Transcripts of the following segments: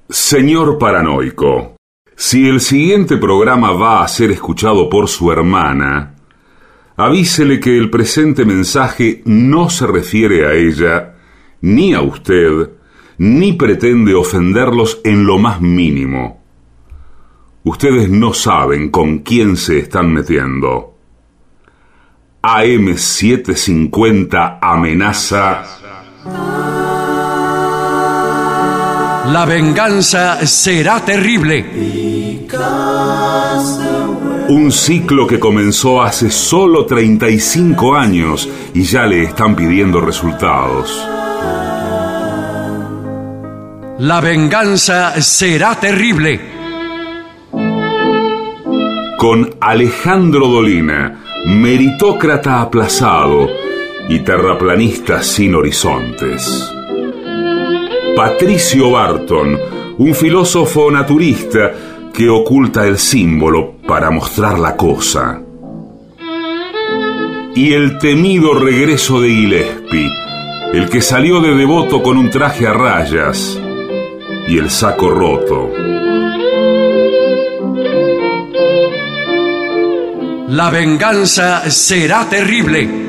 Señor paranoico, si el siguiente programa va a ser escuchado por su hermana, avísele que el presente mensaje no se refiere a ella, ni a usted, ni pretende ofenderlos en lo más mínimo. Ustedes no saben con quién se están metiendo. AM750 amenaza. La venganza será terrible. Un ciclo que comenzó hace solo 35 años y ya le están pidiendo resultados. La venganza será terrible. Con Alejandro Dolina, meritócrata aplazado y terraplanista sin horizontes. Patricio Barton, un filósofo naturista que oculta el símbolo para mostrar la cosa. Y el temido regreso de Gillespie, el que salió de devoto con un traje a rayas y el saco roto. La venganza será terrible.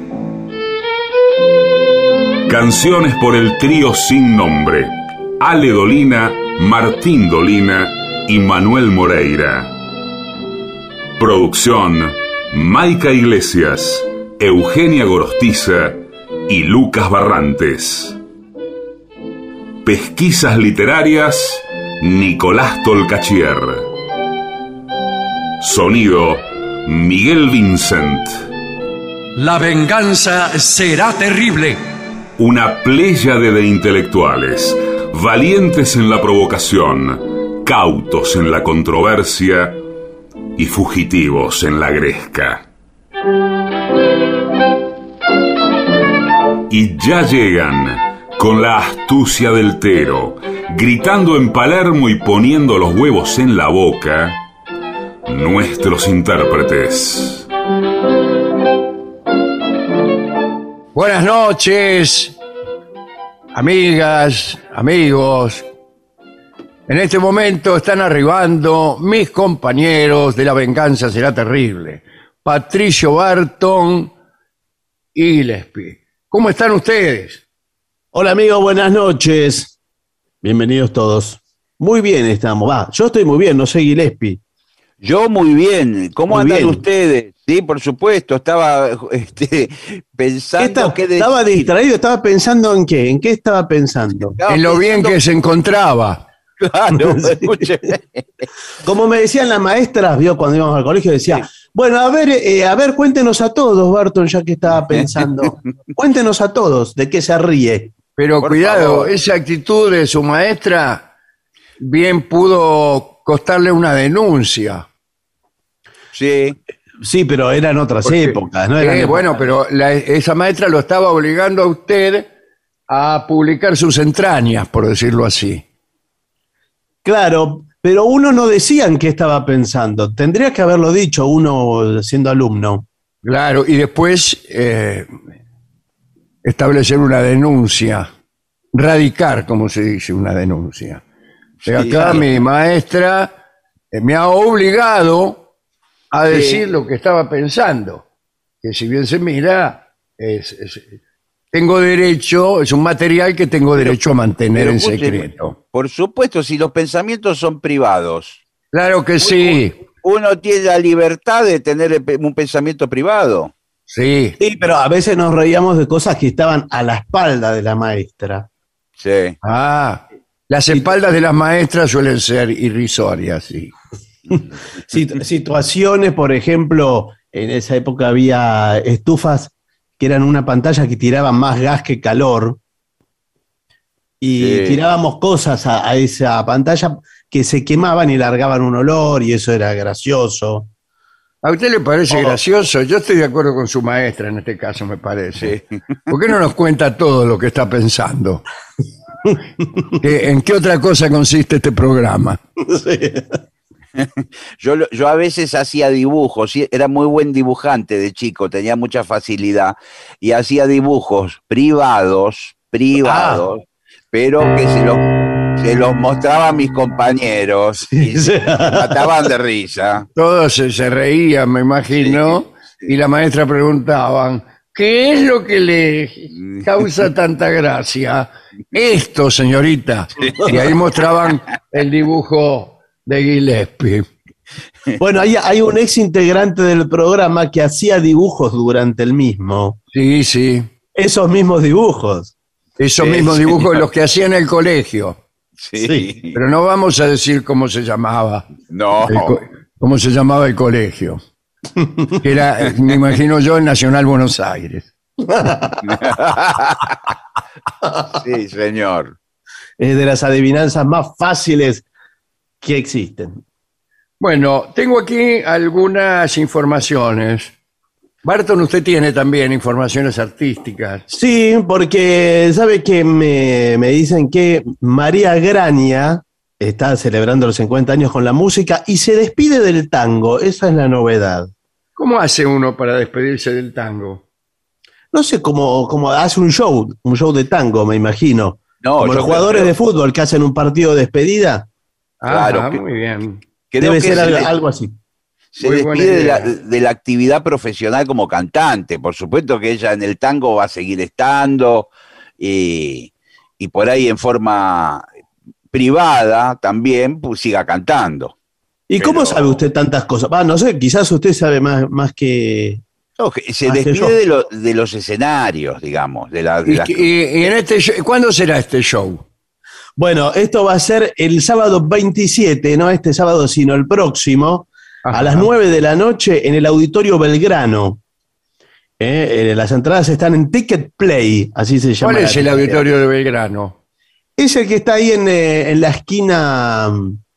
Canciones por el trío sin nombre: Ale Dolina, Martín Dolina y Manuel Moreira. Producción: Maica Iglesias, Eugenia Gorostiza y Lucas Barrantes. Pesquisas literarias: Nicolás Tolcachier. Sonido: Miguel Vincent. La venganza será terrible. Una pléyade de intelectuales, valientes en la provocación, cautos en la controversia y fugitivos en la gresca. Y ya llegan, con la astucia del Tero, gritando en Palermo y poniendo los huevos en la boca, nuestros intérpretes. Buenas noches, amigas, amigos. En este momento están arribando mis compañeros de La Venganza Será Terrible, Patricio Barton y Gillespie. ¿Cómo están ustedes? Hola amigos, buenas noches. Bienvenidos todos. Muy bien estamos. Yo estoy muy bien, no sé Gillespie. Yo muy bien. ¿Cómo Muy andan bien. ustedes? Sí, por supuesto. Estaba pensando Estaba distraído, estaba pensando en qué. ¿En qué estaba pensando? En lo bien que se encontraba. Claro, escúcheme. Como me decían las maestras, vio, cuando íbamos al colegio, decía, bueno, a ver, cuéntenos a todos, Barton, ya que estaba pensando. Cuéntenos a todos de qué se ríe. Pero Por cuidado, favor. esa actitud de su maestra bien pudo costarle una denuncia. Sí. Sí, pero eran otras Porque- épocas, ¿no? Eran bueno, pero esa maestra lo estaba obligando a usted a publicar sus entrañas, por decirlo así. Claro, pero uno no decía en qué estaba pensando. Tendría que haberlo dicho uno siendo alumno. Claro, y después establecer una denuncia, radicar, como se dice, una denuncia. O sea, Sí, acá claro. mi maestra me ha obligado a decir lo que estaba pensando, que si bien se mira, tengo derecho, es un material que tengo derecho a mantener pero en escúcheme, secreto. Por supuesto, si los pensamientos son privados, Claro que sí, uno tiene la libertad de tener un pensamiento privado. sí. Sí, pero a veces nos reíamos de cosas que estaban a la espalda de la maestra. Sí. Ah, las espaldas de las maestras suelen ser irrisorias, sí. Situaciones, por ejemplo, en esa época había estufas que eran una pantalla que tiraban más gas que calor y Sí. tirábamos cosas a esa pantalla que se quemaban y largaban un olor y eso era gracioso. ¿A usted le parece gracioso? Yo estoy de acuerdo con su maestra en este caso, me parece. Sí. ¿Por qué no nos cuenta todo lo que está pensando? ¿En qué otra cosa consiste este programa? Yo a veces hacía dibujos, sí, era muy buen dibujante de chico, tenía mucha facilidad y hacía dibujos privados, pero que Se los mostraba a mis compañeros y se mataban de risa. Todos se reían, me imagino, y la maestra preguntaban, ¿qué es lo que le causa tanta gracia? Esto, señorita. Y ahí mostraban el dibujo de Gillespie. Bueno, hay un ex integrante del programa que hacía dibujos durante el mismo. Sí, sí. Esos mismos dibujos. Esos mismos dibujos los que hacía en el colegio. Sí. Pero no vamos a decir cómo se llamaba. No. Cómo se llamaba el colegio. Que era, me imagino yo, el Nacional Buenos Aires. Sí, señor. Es de las adivinanzas más fáciles que existen. Bueno, tengo aquí algunas informaciones. Barton, usted tiene también informaciones artísticas. Sí, porque sabe que me dicen que María Graña está celebrando los 50 años con la música y se despide del tango. Esa es la novedad. ¿Cómo hace uno para despedirse del tango? No sé cómo hace un show de tango, me imagino. No, como los jugadores de fútbol que hacen un partido de despedida. Claro, Ah, muy bien. Creo Debe que ser algo así. se Muy buena despide idea. de la actividad profesional como cantante. Por supuesto que ella en el tango va a seguir estando y por ahí en forma privada también pues, siga cantando. ¿Y cómo Pero- sabe usted tantas cosas? No sé, quizás usted sabe más que... No, que se Más que despide yo. de los escenarios, digamos. De ¿Y, y en este cuándo será este show? Bueno, esto va a ser el sábado 27, no este sábado, sino el próximo, Ajá. a las 9 de la noche en el Auditorio Belgrano. Las entradas están en Ticket Play, así se llama. ¿Cuál la es el tiquetera. auditorio de Belgrano? Es el que está ahí en la esquina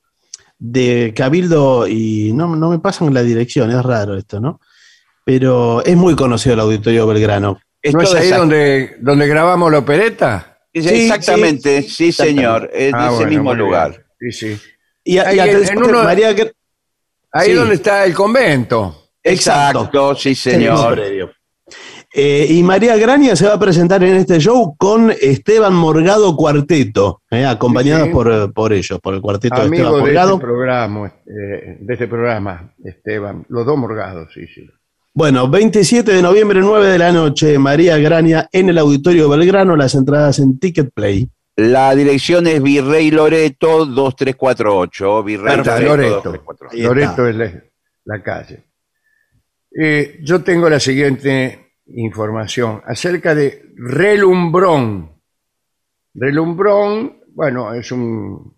de Cabildo y no me pasan la dirección, es raro esto, ¿no? Pero es muy conocido el Auditorio Belgrano. ¿No es ahí donde grabamos la opereta? Exactamente, sí, señor. Es de ese bueno, mismo muy bien. lugar. Sí, sí. Y Ahí atención en que uno- María... Ahí Sí. donde está el convento. Exacto, sí, Mismo señor. predio. Y María Graña se va a presentar en este show con Esteban Morgado Cuarteto, acompañados Sí. por ellos, por el cuarteto de Amigo Esteban de Morgado. este programa, Esteban. Los dos morgados, sí, sí. Bueno, 27 de noviembre, 9 de la noche, María Graña en el Auditorio Belgrano, las entradas en Ticket Play. La dirección es Virrey Loreto 2348. Virrey Perfecto, Loreto Loreto. 2348. Ahí Loreto es la calle. Yo tengo la siguiente información acerca de Relumbrón. Relumbrón, bueno, es un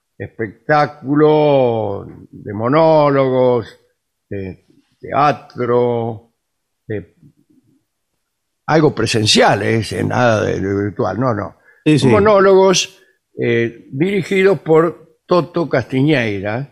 espectáculo de monólogos, de teatro, de algo presencial, nada de virtual, no. Sí, sí. Monólogos dirigidos por Toto Castiñeira,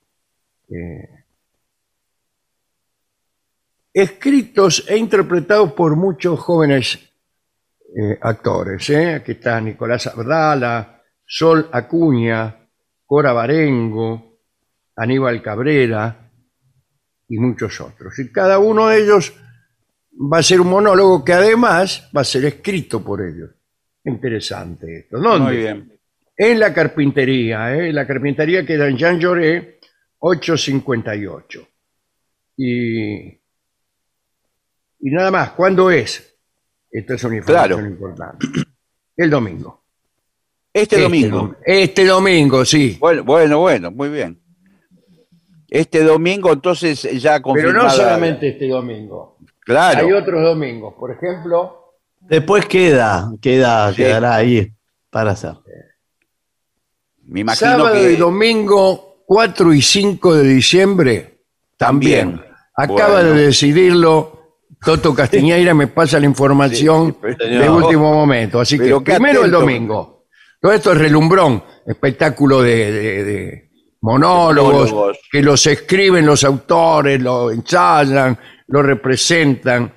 escritos e interpretados por muchos jóvenes actores. Aquí está Nicolás Abdala, Sol Acuña, Cora Barengo, Aníbal Cabrera y muchos otros. Y cada uno de ellos va a ser un monólogo que además va a ser escrito por ellos. Interesante esto. ¿Dónde? Muy bien. En la carpintería. La carpintería queda en Jean Jaurès 858. Y nada más. ¿Cuándo es? Esta es una información importante. El domingo. Este domingo. Este domingo, sí. Bueno, muy bien. Este domingo, entonces, ya Pero confirmada. no solamente este domingo. Claro. Hay otros domingos. Por ejemplo, Después Sí. quedará ahí para hacer. Me imagino sábado que y domingo 4 y 5 de diciembre también. También. Acaba Bueno. de decidirlo Toto Castiñeira, me pasa la información Sí, sí, de último momento. Así que Pero qué primero el atento. domingo. Todo esto es Relumbrón, espectáculo de monólogos, Monólogos. que los escriben los autores, lo ensayan, lo representan.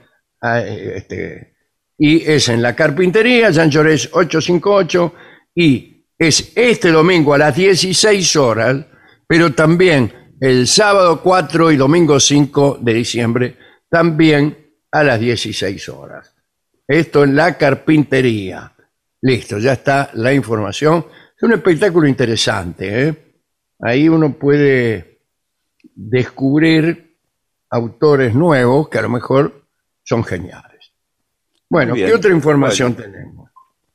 Y es en la carpintería, Jean Jaurès 858, y es este domingo a las 16 horas, pero también el sábado 4 y domingo 5 de diciembre, también a las 16 horas. Esto en la carpintería. Listo, ya está la información. Es un espectáculo interesante, ¿eh? Ahí uno puede descubrir autores nuevos que a lo mejor son geniales. Bueno, Muy bien. ¿qué otra información tenemos?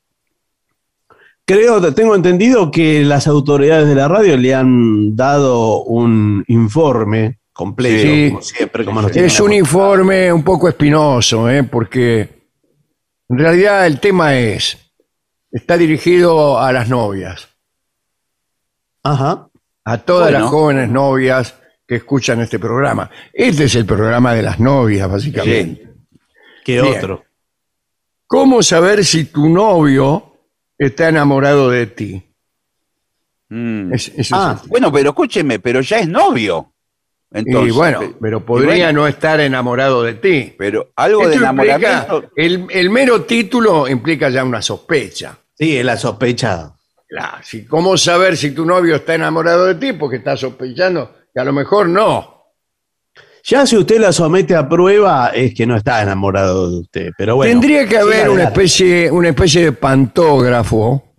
Tengo entendido que las autoridades de la radio le han dado un informe completo, Sí. como siempre, como nos tienen Es un informe un poco espinoso, porque en realidad el tema está dirigido a las novias, Ajá. a todas Bueno. las jóvenes novias que escuchan este programa. Este es el programa de las novias, básicamente. ¿Qué Bien. otro? ¿Cómo saber si tu novio está enamorado de ti? Mm. Eso es Ah, el- Bueno, pero escúcheme, pero ya es novio. Entonces, y bueno, pero podría y bueno, no estar enamorado de ti. pero algo de Esto enamoramiento. implica, el mero título implica ya una sospecha. Sí, es la sospecha. Claro, ¿cómo saber si tu novio está enamorado de ti? Porque está sospechando que a lo mejor no. Ya si usted la somete a prueba, es que no está enamorado de usted. Pero bueno. Tendría que haber siga una adelante. especie de pantógrafo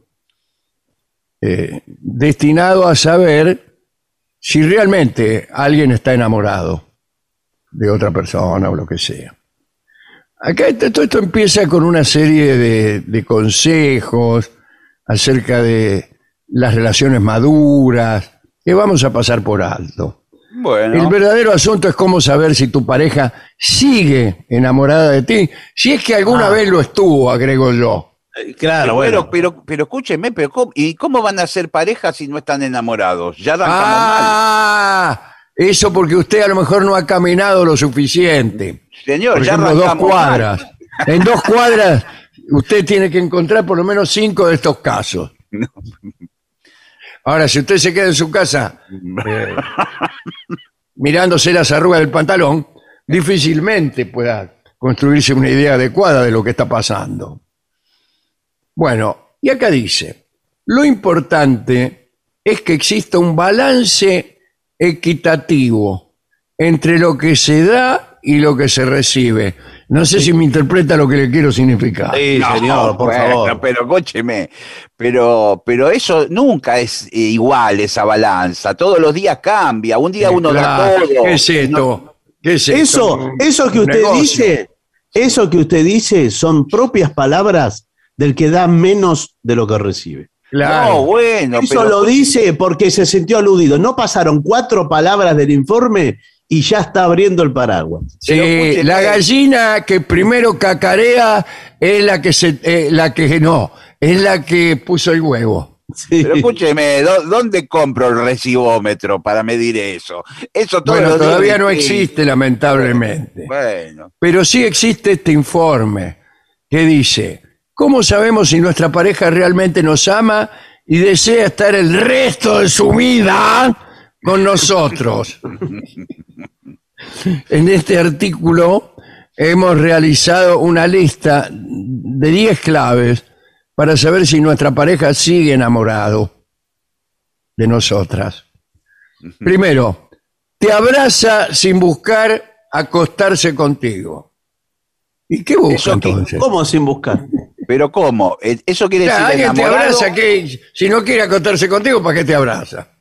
destinado a saber si realmente alguien está enamorado de otra persona o lo que sea. Acá todo esto empieza con una serie de consejos acerca de las relaciones maduras que vamos a pasar por alto. Bueno, El verdadero asunto es cómo saber si tu pareja sigue enamorada de ti, si es que alguna vez lo estuvo, agrego yo. Claro, bueno. pero escúcheme, ¿y cómo van a ser pareja si no están enamorados? Ya arrancamos mal. Ah, eso porque usted a lo mejor no ha caminado lo suficiente. Señor, Por ya ejemplo, 2 arrancamos cuadras. En 2 cuadras usted tiene que encontrar por lo menos 5 de estos casos. Ahora, si usted se queda en su casa mirándose las arrugas del pantalón, difícilmente pueda construirse una idea adecuada de lo que está pasando. Bueno, y acá dice, lo importante es que exista un balance equitativo entre lo que se da y lo que se recibe. No sé si me interpreta lo que le quiero significar. Sí, No, señor, por bueno, favor. Pero escúcheme, pero eso nunca es igual, esa balanza. Todos los días cambia. Un día uno da Claro, todo. ¿qué es esto? ¿Qué es esto? Eso que Un usted negocio. dice, eso que usted dice son propias palabras del que da menos de lo que recibe. Claro. No, bueno, Eso pero lo dice porque se sintió aludido. No pasaron 4 palabras del informe y ya está abriendo el paraguas. Sí, pero escúcheme. la gallina que primero cacarea es la que es la que puso el huevo. Sí. Pero escúcheme, ¿dónde compro el recibómetro para medir eso? Eso todos Bueno, los días todavía no distinto. existe, lamentablemente. Bueno, Pero sí existe este informe que dice, ¿cómo sabemos si nuestra pareja realmente nos ama y desea estar el resto de su vida con nosotros? En este artículo hemos realizado una lista de 10 claves para saber si nuestra pareja sigue enamorado de nosotras. Primero, te abraza sin buscar acostarse contigo. ¿Y qué busca Eso que- entonces? ¿Cómo sin buscar? pero ¿cómo? Eso quiere Claro, decir alguien te enamorado. abraza, que si no quiere acostarse contigo, ¿para qué te abraza?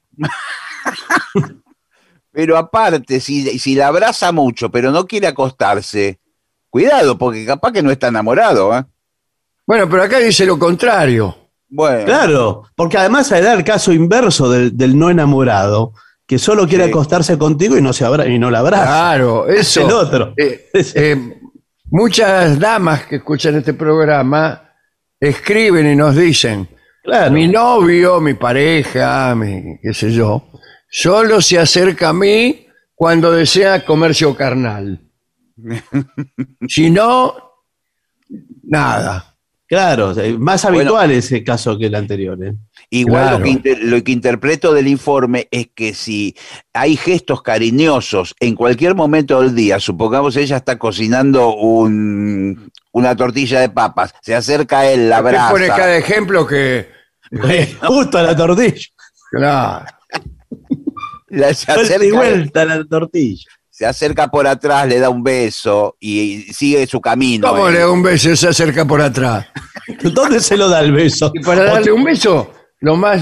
Pero aparte, si la abraza mucho, pero no quiere acostarse, cuidado, porque capaz que no está enamorado, ¿eh? Bueno, pero acá dice lo contrario. Bueno, Claro, porque además se da el caso inverso del no enamorado, que solo quiere Sí. acostarse contigo y no la abraza. Claro, eso. El otro. Muchas damas que escuchan este programa escriben y nos dicen, Claro. mi novio, mi pareja, qué sé yo, solo se acerca a mí cuando desea comercio carnal. Si no, nada. Claro, más habitual ese caso que el anterior. igual claro. lo que interpreto del informe es que si hay gestos cariñosos en cualquier momento del día, supongamos ella está cocinando una tortilla de papas, se acerca a él, la Usted abraza. pone cada ejemplo que... Justo a la tortilla. Claro. Se Vuelta y vuelta a la tortilla. se acerca por atrás, le da un beso y sigue su camino. ¿Cómo le da un beso? Se acerca por atrás. ¿Dónde se lo da el beso? Y para darle un beso, lo más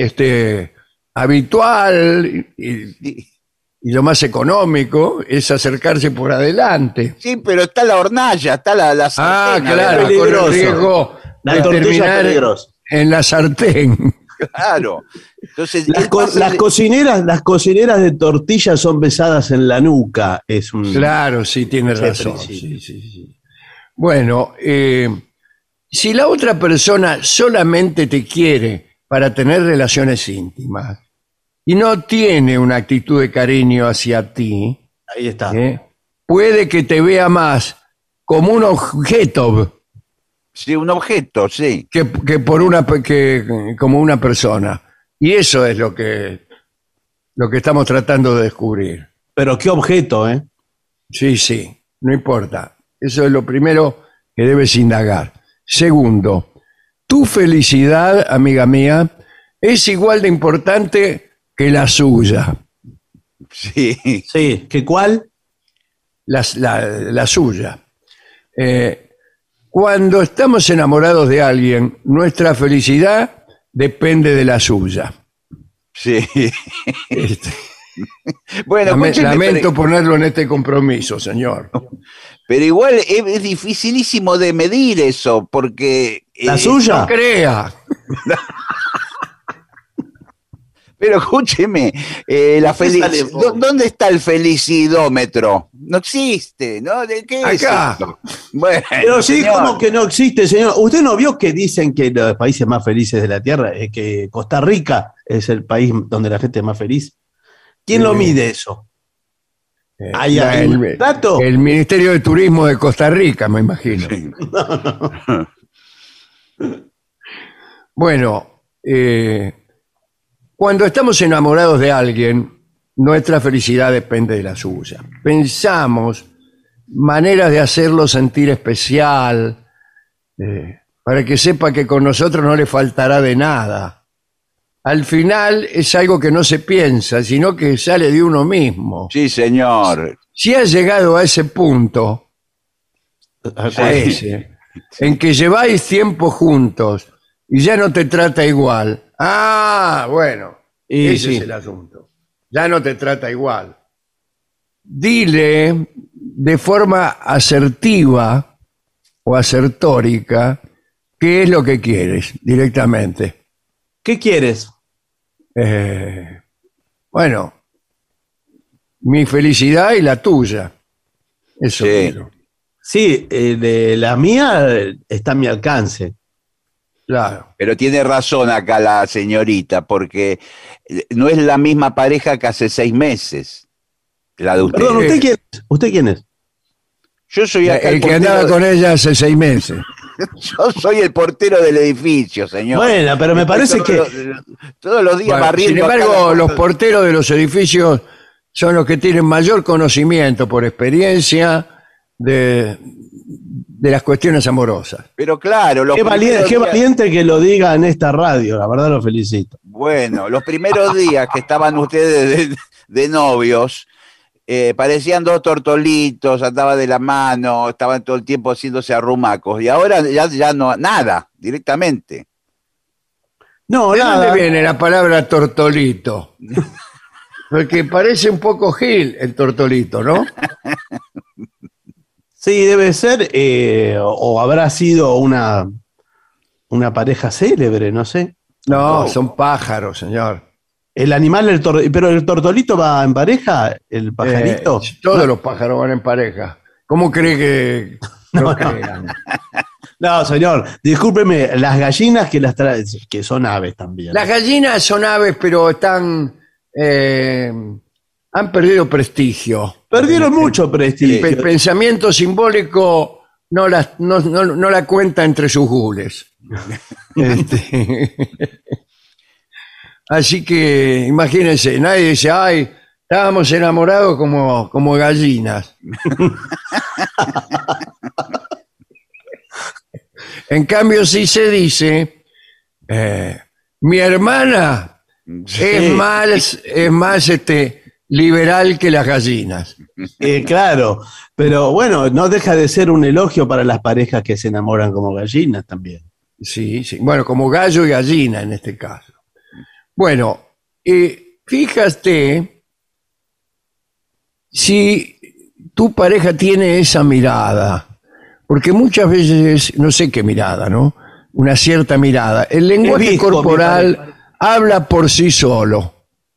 habitual y lo más económico es acercarse por adelante. Sí, pero está la hornalla, está la sartén. Claro, es corre el peligroso. riesgo La de tortilla es terminar peligrosa. en la sartén. Claro. Entonces, Las, él pasa las cocineras de tortillas son besadas en la nuca. Es un. Claro, sí, tiene Sí, razón. principio. Sí. Bueno, si la otra persona solamente te quiere para tener relaciones íntimas y no tiene una actitud de cariño hacia ti, Ahí está. puede que te vea más como un objeto sí, un objeto, sí. que como una persona. Y eso es lo que estamos tratando de descubrir. Pero qué objeto, ¿eh? Sí, no importa. Eso es lo primero que debes indagar. Segundo, tu felicidad, amiga mía, es igual de importante que la suya. Sí. Sí. ¿Qué cuál? La suya. Cuando estamos enamorados de alguien, nuestra felicidad depende de la suya. Sí. Este, Bueno, escúcheme, lamento ponerlo en este compromiso, señor. pero igual es dificilísimo de medir eso, porque... ¿La suya? No crea. Pero escúcheme, sale vos? ¿dónde está el felicidómetro? No existe, ¿no? ¿De qué es Acá. esto? Bueno, Pero sí, señor, como que no existe, señor. ¿Usted no vio que dicen que los países más felices de la Tierra, que Costa Rica es el país donde la gente es más feliz? ¿Quién lo mide eso? ¿Hay un dato? El Ministerio de Turismo de Costa Rica, me imagino. Bueno, cuando estamos enamorados de alguien, nuestra felicidad depende de la suya. Pensamos maneras de hacerlo sentir especial, para que sepa que con nosotros no le faltará de nada. Al final es algo que no se piensa, sino que sale de uno mismo. sí, señor. Si has llegado a ese punto, a ese, en que lleváis tiempo juntos y ya no te trata igual, bueno, Y ese sí. es el asunto. Ya no te trata igual. Dile de forma asertiva o asertórica qué es lo que quieres directamente. ¿Qué quieres? Bueno, mi felicidad y la tuya. Eso Sí. quiero. Sí, de la mía está a mi alcance. Claro. Pero tiene razón acá la señorita, porque no es la misma pareja que hace 6 meses, la de usted. Perdón, ¿usted quién es? ¿Usted quién es? Yo soy acá El que andaba con ella hace 6 meses. Yo soy el portero del edificio, señor. Bueno, pero me parece que... Todos los días Bueno, barriendo. sin acá embargo, la los puerta. porteros de los edificios son los que tienen mayor conocimiento por experiencia de las cuestiones amorosas. Pero claro, los Qué primeros días- valiente que lo diga en esta radio, la verdad lo felicito. Bueno, los primeros días que estaban ustedes de novios, parecían 2 tortolitos, andaban de la mano, estaban todo el tiempo haciéndose arrumacos, y ahora ya no, nada, directamente. No, ¿De nada. dónde viene la palabra tortolito? Porque parece un poco Gil el tortolito, ¿no? Sí, debe ser, o habrá sido una pareja célebre, no sé. No, son pájaros, señor. El animal, pero el tortolito va en pareja, el pajarito. Todos los pájaros van en pareja. ¿Cómo cree que lo crean? No, señor, discúlpeme, las gallinas que son aves también. Las gallinas son aves, pero han perdido prestigio. Perdieron mucho El prestigio. pensamiento simbólico no la cuenta entre sus gules. Así que imagínense, nadie dice, ay, estábamos enamorados como gallinas. En cambio, sí se dice, mi hermana es más liberal que las gallinas. Claro, pero bueno, no deja de ser un elogio para las parejas que se enamoran como gallinas también. Sí, sí. Bueno, como gallo y gallina en este caso. Bueno, fíjate si tu pareja tiene esa mirada, porque muchas veces, no sé qué mirada, ¿no? Una cierta mirada. El lenguaje visto, mi corporal pareja. habla por sí solo.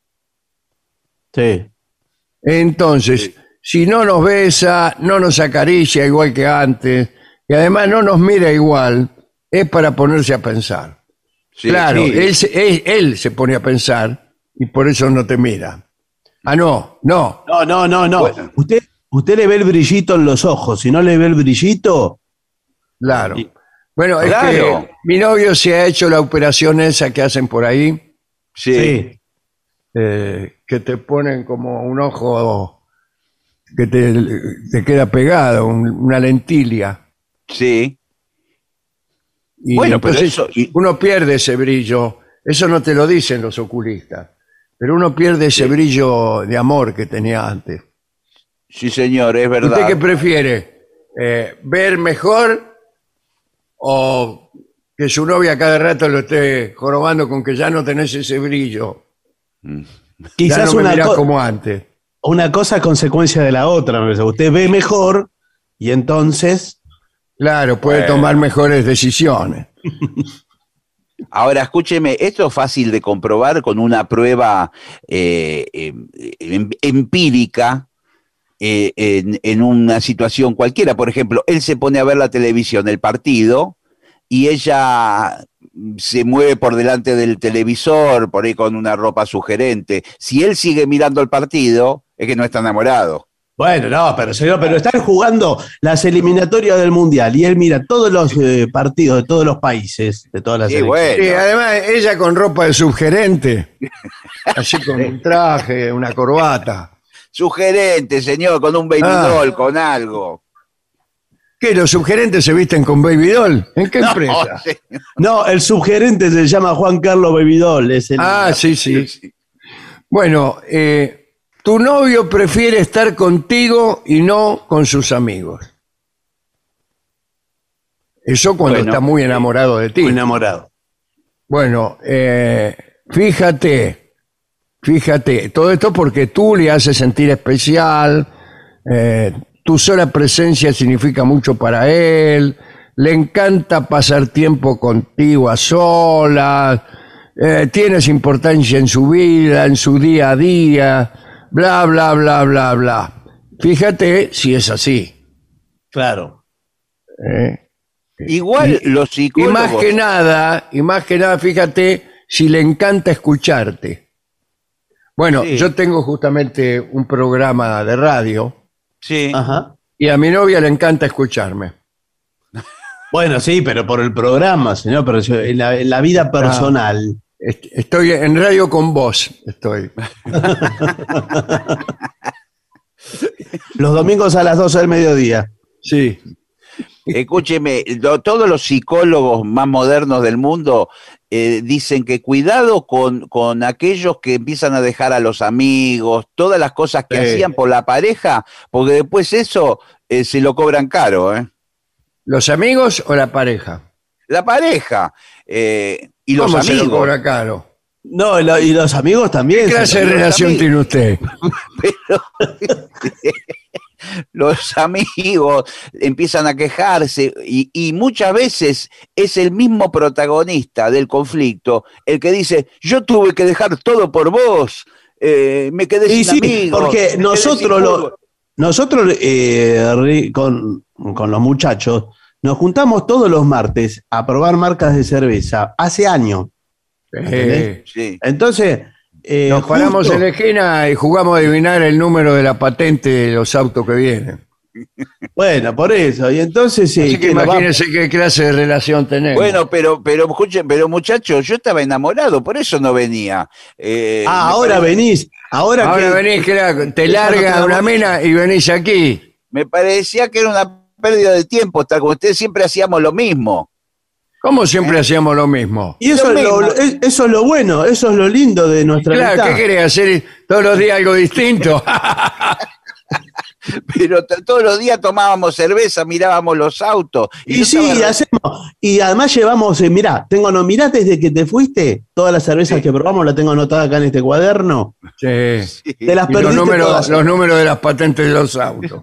Sí. Entonces, si no nos besa, no nos acaricia igual que antes, y además no nos mira igual, es para ponerse a pensar. Sí, Claro, sí. él se pone a pensar y por eso no te mira. Ah, no. No. Bueno. Usted le ve el brillito en los ojos. Si no le ve el brillito, Claro. Y- Bueno, es Claro. que mi novio se ha hecho la operación esa que hacen por ahí, Sí. que te ponen como un ojo que te queda pegado, una lentilla. Sí. Y Bueno, pero entonces eso- y- uno pierde ese brillo. Eso no te lo dicen los oculistas, pero uno pierde ese brillo de amor que tenía antes. Sí, señor, es ¿Usted verdad. qué prefiere? ¿Ver mejor o que su novia cada rato lo esté jorobando con que ya no tenés ese brillo? Ya quizás no me mirás como antes. una cosa es consecuencia de la otra. ¿No? Usted ve mejor y entonces, Claro, puede Bueno. tomar mejores decisiones. Ahora, escúcheme, esto es fácil de comprobar con una prueba empírica en una situación cualquiera. Por ejemplo, él se pone a ver la televisión, el partido, y ella se mueve por delante del televisor, por ahí con una ropa sugerente. Si él sigue mirando el partido, es que no está enamorado. bueno, no, pero señor, pero están jugando las eliminatorias del Mundial y él mira todos los partidos de todos los países, de todas las Sí, selecciones. bueno. Sí, además, ella con ropa de subgerente, así con un traje, una corbata. Sugerente, señor, con un baby doll, con algo. ¿Qué? ¿Los subgerentes se visten con baby doll? ¿En qué empresa? Sí. No, el subgerente se llama Juan Carlos Bebidol. Es el, Ah, sí. Bueno, tu novio prefiere estar contigo y no con sus amigos. Eso cuando Bueno, está muy enamorado de ti. muy enamorado. Bueno, fíjate, todo esto porque tú le haces sentir especial, tu sola presencia significa mucho para él, le encanta pasar tiempo contigo a solas, tienes importancia en su vida, en su día a día, bla, bla, bla, bla, bla. Fíjate si es así. Claro. Igual los Y psicólogos. más que nada, fíjate si le encanta escucharte. Bueno, Sí. yo tengo justamente un programa de radio Sí. Ajá. y a mi novia le encanta escucharme. Bueno, sí, pero por el programa, señor, pero en la vida personal. Estoy en Radio con Vos, estoy. Los domingos a las 12 del mediodía. Sí. Escúcheme, todos los psicólogos más modernos del mundo dicen que cuidado con aquellos que empiezan a dejar a los amigos, todas las cosas que Sí. hacían por la pareja, porque después eso se lo cobran caro, ¿eh? ¿Los amigos o la pareja? La pareja y los ¿Cómo se lo amigos. cobra caro? No, y los amigos también. ¿Qué clase de los relación amigos. tiene usted? Los amigos empiezan a quejarse y muchas veces es el mismo protagonista del conflicto el que dice, yo tuve que dejar todo por vos, me quedé Sí, sin sí, amigos. porque me quedé sin nosotros, fútbol". nosotros con los muchachos nos juntamos todos los martes a probar marcas de cerveza hace años. Sí. Entonces, Nos paramos justo- en la esquina y jugamos a adivinar el número de la patente de los autos que vienen. Bueno, por eso. Y entonces, sí, Así que nos va- imagínense qué clase de relación tenemos. Bueno, pero escuchen, pero muchachos, yo estaba enamorado, por eso no venía. Me ahora parece- venís. Ahora ahora que venís, te Eso larga no te una da mina y venís aquí. Me parecía que era una pérdida de tiempo, estar con ustedes siempre hacíamos lo mismo. ¿Cómo siempre hacíamos lo mismo? Y eso Lo es mismo. eso es lo bueno, eso es lo lindo de nuestra Claro, amistad. ¿qué querés hacer todos los días algo distinto? pero todos los días tomábamos cerveza, mirábamos los autos. Y sí, hacemos. Y además llevamos, mirá, mirá desde que te fuiste, todas las cervezas que probamos las tengo anotadas acá en este cuaderno. Sí. Te las Y perdiste todas. los números de las patentes de los autos.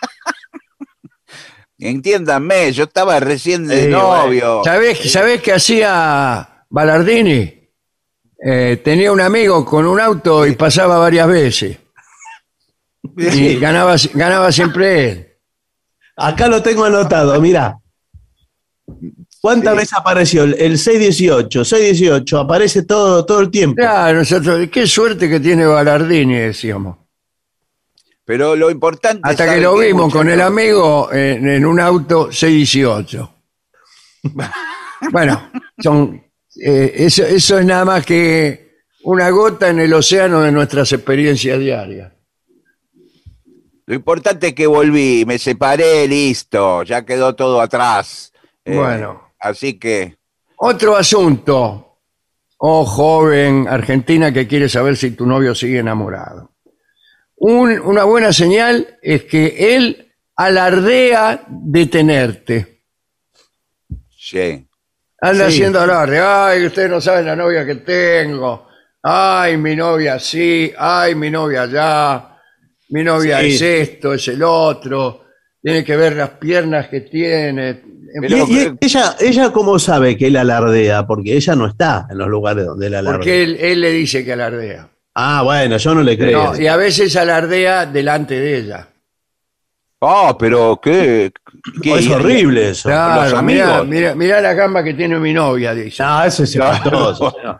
Entiéndanme, yo estaba recién de novio. ¿Sabés qué hacía Ballardini? Tenía un amigo con un auto y pasaba varias veces. Y ganaba siempre él. Acá lo tengo anotado, mirá. ¿Cuántas veces apareció? El 618 aparece todo el tiempo. Claro, nosotros, qué suerte que tiene Ballardini, decíamos. Pero lo importante Hasta es que lo vimos con el amigo en un auto 618. Bueno, eso es nada más que una gota en el océano de nuestras experiencias diarias. Lo importante es que volví, me separé, listo, ya quedó todo atrás. Bueno. Así que... Otro asunto. Oh, joven argentina que quiere saber si tu novio sigue enamorado. Una buena señal es que él alardea de tenerte. Sí. Anda haciendo alarde. Ay, ustedes no saben la novia que tengo. Ay, mi novia sí. Ay, mi novia allá. Mi novia es esto, es el otro. Tiene que ver las piernas que tiene. ¿Y ella cómo sabe que él alardea? Porque ella no está en los lugares donde él alardea. Porque él le dice que alardea. Ah, bueno, yo no le creo. No, y a veces alardea delante de ella. Pero qué es horrible eso. Claro, mira la gamba que tiene mi novia, dice. No, eso es espantoso. No.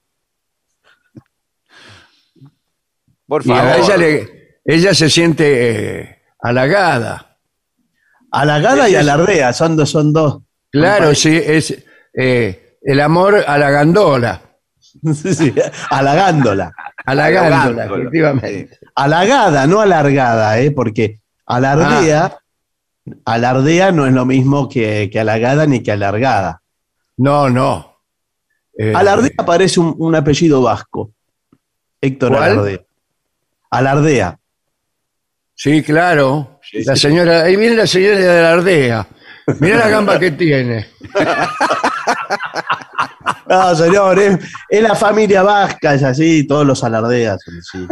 Por Y a favor. ella se siente halagada. Halagada y alardea, son dos. Claro, sí, es el amor halagándola. Sí, halagándola. Halagándola, efectivamente. Halagada, no alargada, porque alardea no es lo mismo que halagada ni que alargada. No. Alardea parece un apellido vasco. Héctor ¿Cuál? Alardea. Alardea. Sí, claro. La señora, ahí viene la señora de Alardea. Mirá la gamba que tiene. No, señor, es la familia vasca, es así, todos los alardeas. Sí.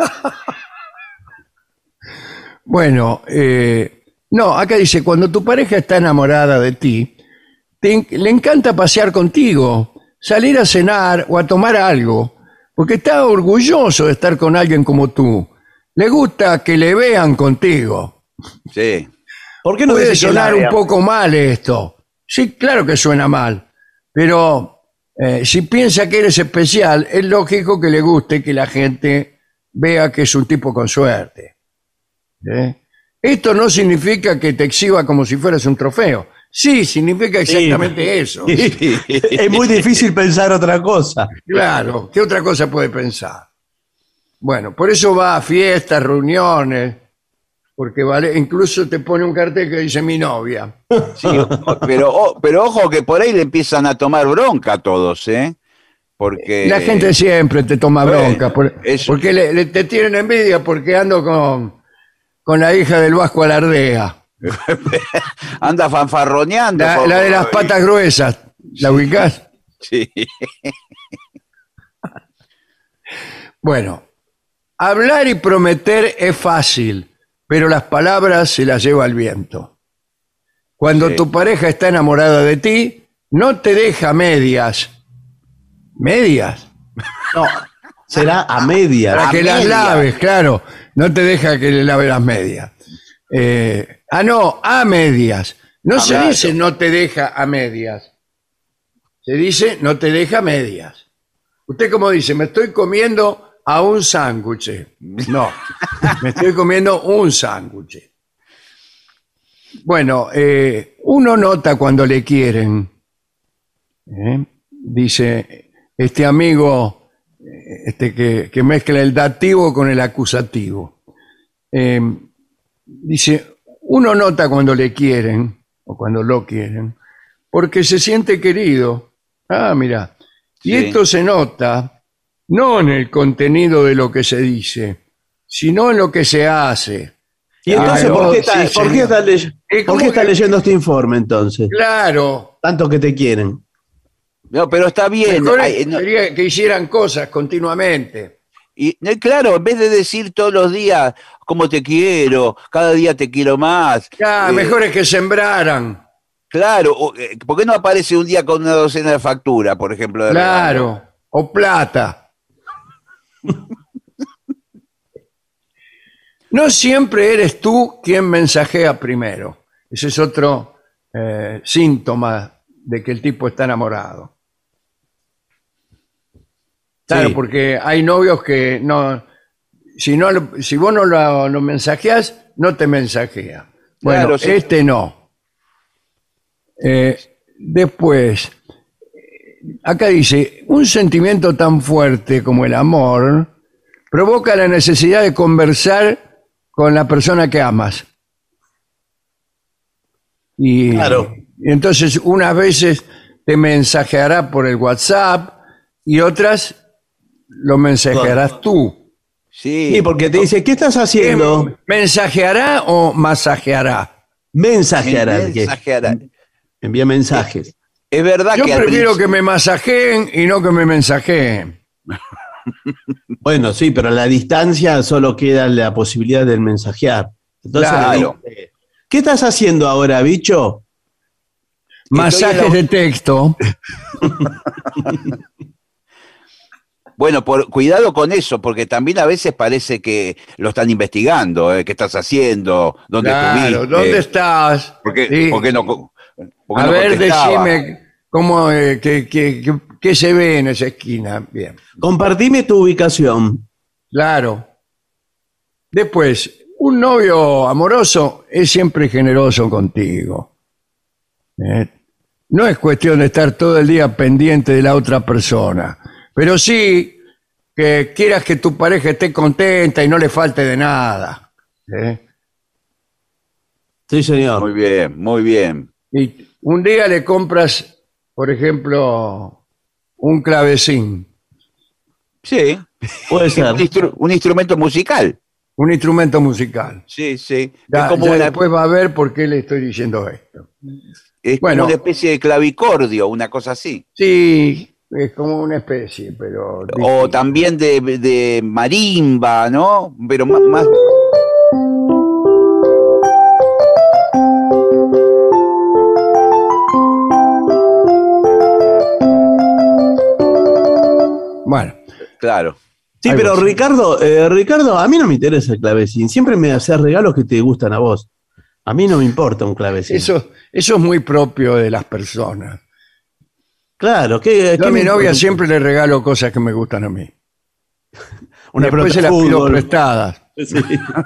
Bueno, no, acá dice, cuando tu pareja está enamorada de ti, le encanta pasear contigo, salir a cenar o a tomar algo, porque está orgulloso de estar con alguien como tú. Le gusta que le vean contigo. Sí. ¿Por qué no Puede dice que sonar la un vea? poco mal esto. Sí, claro que suena mal, pero si piensa que eres especial, es lógico que le guste que la gente vea que es un tipo con suerte. Esto no significa que te exhiba como si fueras un trofeo. Sí, significa exactamente eso. Es muy difícil pensar otra cosa. Claro, ¿qué otra cosa puede pensar? Bueno, por eso va a fiestas, reuniones, porque incluso te pone un cartel que dice mi novia. Sí, pero ojo que por ahí le empiezan a tomar bronca a todos, ¿eh? Porque La gente siempre te toma bronca, Bueno, porque te tienen envidia porque ando con la hija del Vasco Alardea. anda fanfarroneando. La de las patas gruesas, ¿la ubicás? Sí. Bueno, hablar y prometer es fácil, pero las palabras se las lleva el viento. Cuando Sí. tu pareja está enamorada de ti, no te deja medias. ¿Medias? No, será a media. Para que las medias. laves, claro. No te deja que le lave las medias. No, a medias. No se Claro. dice no te deja a medias. Se dice no te deja medias. ¿Usted cómo dice? Me estoy comiendo a un sándwich. No, me estoy comiendo un sándwich. Bueno, uno nota cuando le quieren. Dice este amigo que mezcla el dativo con el acusativo. Dice, uno nota cuando le quieren o cuando lo quieren porque se siente querido. Ah, mira. Y Sí. esto se nota no en el contenido de lo que se dice, sino en lo que se hace. Y entonces, Claro, ¿por qué está, sí, por qué señor. está ley- ¿Y por cómo qué está que- leyendo este informe entonces? Claro. Tanto que te quieren. No, pero está bien. Mejor No, sería que hicieran cosas continuamente. y no, claro, en vez de decir todos los días cómo te quiero, cada día te quiero más. Ya, mejor es que sembraran. Claro, ¿por qué no aparece un día con una docena de facturas, por ejemplo? De regalo? Claro. O plata. No siempre eres tú quien mensajea primero. Ese es otro síntoma de que el tipo está enamorado. Claro, Sí. porque hay novios que no, si vos no lo mensajeás, no te mensajea. Bueno, Claro, sí. este no. Después, acá dice, un sentimiento tan fuerte como el amor provoca la necesidad de conversar con la persona que amas. Y, Claro. y entonces unas veces te mensajeará por el WhatsApp y otras lo mensajearás tú. Sí, Sí, porque te dice, ¿qué estás haciendo? ¿Mensajeará o masajeará? Mensajeará. que mensajeará. envía mensajes. Es verdad Yo que al prefiero principio- que me masajeen y no que me mensajeen. Bueno, sí, pero a la distancia solo queda la posibilidad del mensajear. Entonces, Claro. le dice, ¿qué estás haciendo ahora, bicho? Masajes en la- de texto. Bueno, cuidado con eso, porque también a veces parece que lo están investigando, ¿eh? ¿Qué estás haciendo? ¿Dónde Claro, estuviste? ¿dónde estás? ¿Por qué, Sí. por qué no, por qué A no ver, contestaba? decime cómo, qué se ve en esa esquina. Bien, Compartime tu ubicación. claro. Después, un novio amoroso es siempre generoso contigo. No es cuestión de estar todo el día pendiente de la otra persona, pero sí que quieras que tu pareja esté contenta y no le falte de nada. ¿Eh? Sí, señor. Muy bien, muy bien. Y un día le compras, por ejemplo, un clavecín, Sí, Puede ser. un instrumento musical. un instrumento musical. Sí, sí. Ya, es como ya una, después va a ver por qué le estoy diciendo esto. es bueno. como una especie de clavicordio, una cosa así. Sí, es como una especie, pero... O distinta. también de marimba, ¿no? Pero más. Bueno, Claro. Sí, Ahí pero vos. Ricardo, a mí no me interesa el clavecín. Siempre me haces regalos que te gustan a vos. A mí no me importa un clavecín. eso es muy propio de las personas. Claro, Yo a mi novia siempre le regalo cosas que me gustan a mí. una Y después pelota se de las pido fútbol. prestadas. Sí.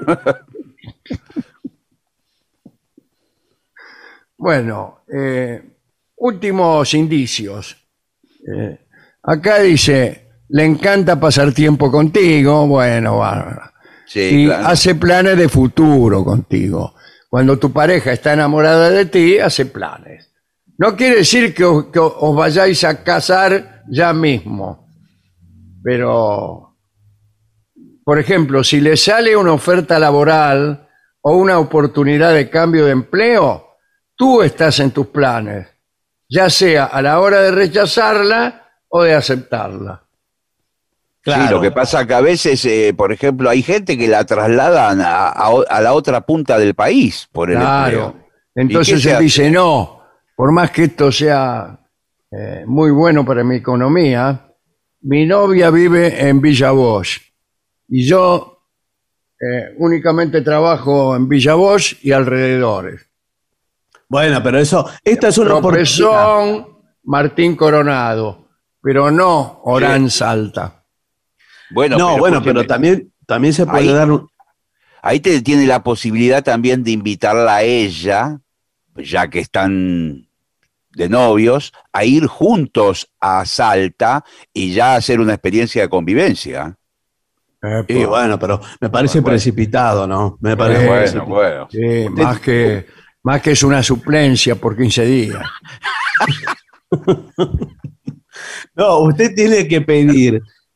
Bueno, últimos indicios. Acá dice, le encanta pasar tiempo contigo. Bueno, bárbaro. Sí, Y claro. hace planes de futuro contigo. Cuando tu pareja está enamorada de ti, hace planes. No quiere decir que os vayáis a casar ya mismo. Pero, por ejemplo, si le sale una oferta laboral o una oportunidad de cambio de empleo, tú estás en tus planes, ya sea a la hora de rechazarla o de aceptarla. Claro. Sí, lo que pasa que a veces, por ejemplo, hay gente que la trasladan a la otra punta del país por el Claro. empleo. Entonces ¿Y qué se él hace? dice, no, por más que esto sea muy bueno para mi economía, mi novia vive en Villa Bosch y yo únicamente trabajo en Villa Bosch y alrededores. Bueno, pero esta es una oportunidad. Tropezón, Martín Coronado, pero no Orán Salta. Bueno, No, bueno, escúcheme, pero también se puede Ahí- dar ahí tiene la posibilidad también de invitarla a ella, ya que están de novios, a ir juntos a Salta y ya hacer una experiencia de convivencia. Y bueno, pero me parece Bueno. precipitado, ¿no? Me parece Bueno, precipitado. bueno. Sí, más que es una suplencia por 15 días. No, usted tiene que pedir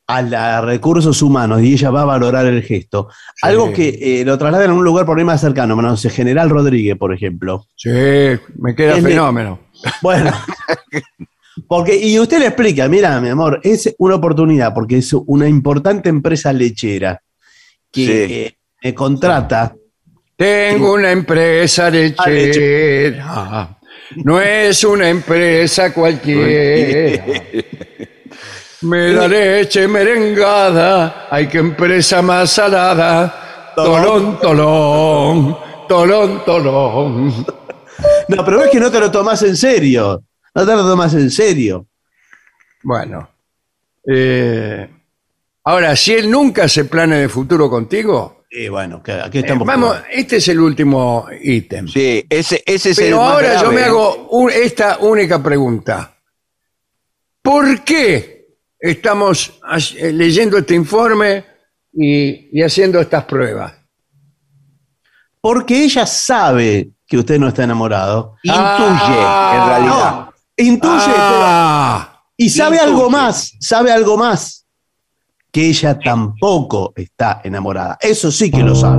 a recursos humanos y ella va a valorar el gesto. Sí. Algo que lo trasladan a un lugar por ahí más cercano, no sé, General Rodríguez, por ejemplo. Sí, me queda Es fenómeno. Bueno, porque, y usted le explica, mira, mi amor, es una oportunidad porque es una importante empresa lechera que me contrata. Tengo una empresa lechera. No es una empresa cualquiera. Me da leche merengada. Ay, qué empresa más salada. Tolón, tolón. Tolón, tolón. No, pero es que no te lo tomás en serio. No te lo tomás en serio. Bueno. Ahora, si él nunca hace planes de futuro contigo, Y bueno, aquí estamos. vamos, este es el último ítem. Sí, ese es el Pero más ahora yo grave. me hago esta única pregunta. ¿Por qué estamos leyendo este informe y haciendo estas pruebas? Porque ella sabe que usted no está enamorado. Intuye, en realidad. No, intuye, y sabe Intuye. sabe algo más. Que ella tampoco está enamorada. Eso sí que lo sabe.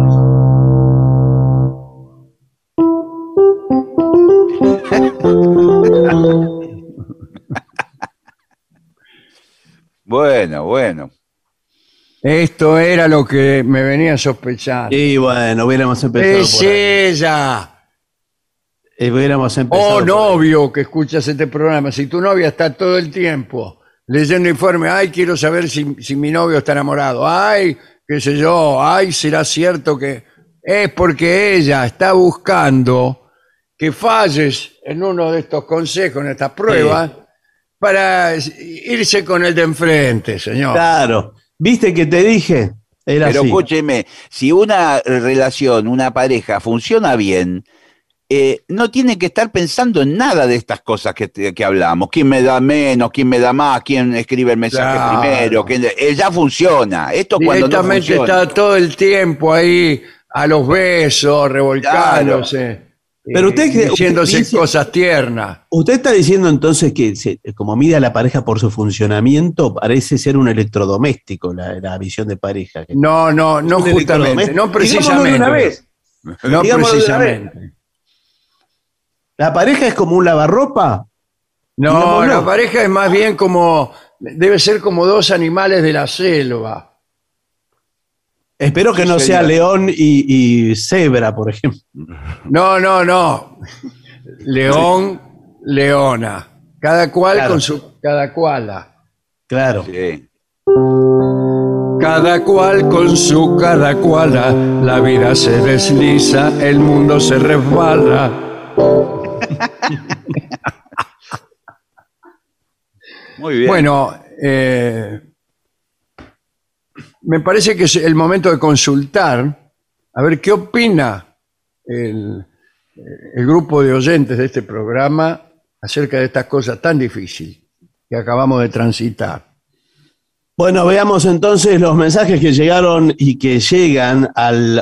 Bueno. Esto era lo que me venía sospechando. Y bueno, hubiéramos empezado Es por ahí. ella. Hubiéramos empezado Oh, por ahí. novio que escuchas este programa. Si tu novia está todo el tiempo leyendo informe, ay, quiero saber si mi novio está enamorado. Ay, qué sé yo. Ay, será cierto que... Es porque ella está buscando que falles en uno de estos consejos, en estas pruebas, para irse con el de enfrente, señor. Claro. ¿Viste que te dije? Era Pero así. escúcheme, si una relación, una pareja funciona bien, no tiene que estar pensando en nada de estas cosas que hablamos. ¿Quién me da menos? ¿Quién me da más? ¿Quién escribe el mensaje Claro. primero? Ya funciona. Esto cuando no Directamente funciona. está todo el tiempo ahí a los besos, revolcándose. Pero usted diciéndose dice- cosas tiernas. Usted está diciendo entonces que como mide a la pareja por su funcionamiento, parece ser un electrodoméstico la visión de pareja. No, no Un justamente, electrodoméstico. no Digámoslo precisamente. de una vez. No Digámoslo de una precisamente. ¿La pareja es como un lavarropa? No, Digámoslo. la pareja es más bien como, debe ser como dos animales de la selva. Espero que no sea león y cebra, por ejemplo. No, no, no. León, leona. Cada cual Claro. con su cada cuala. Claro. Sí. Cada cual con su cada cuala, la vida se desliza, el mundo se resbala. Muy bien. Bueno, me parece que es el momento de consultar, a ver qué opina el grupo de oyentes de este programa acerca de estas cosas tan difíciles que acabamos de transitar. Bueno, veamos entonces los mensajes que llegaron y que llegan al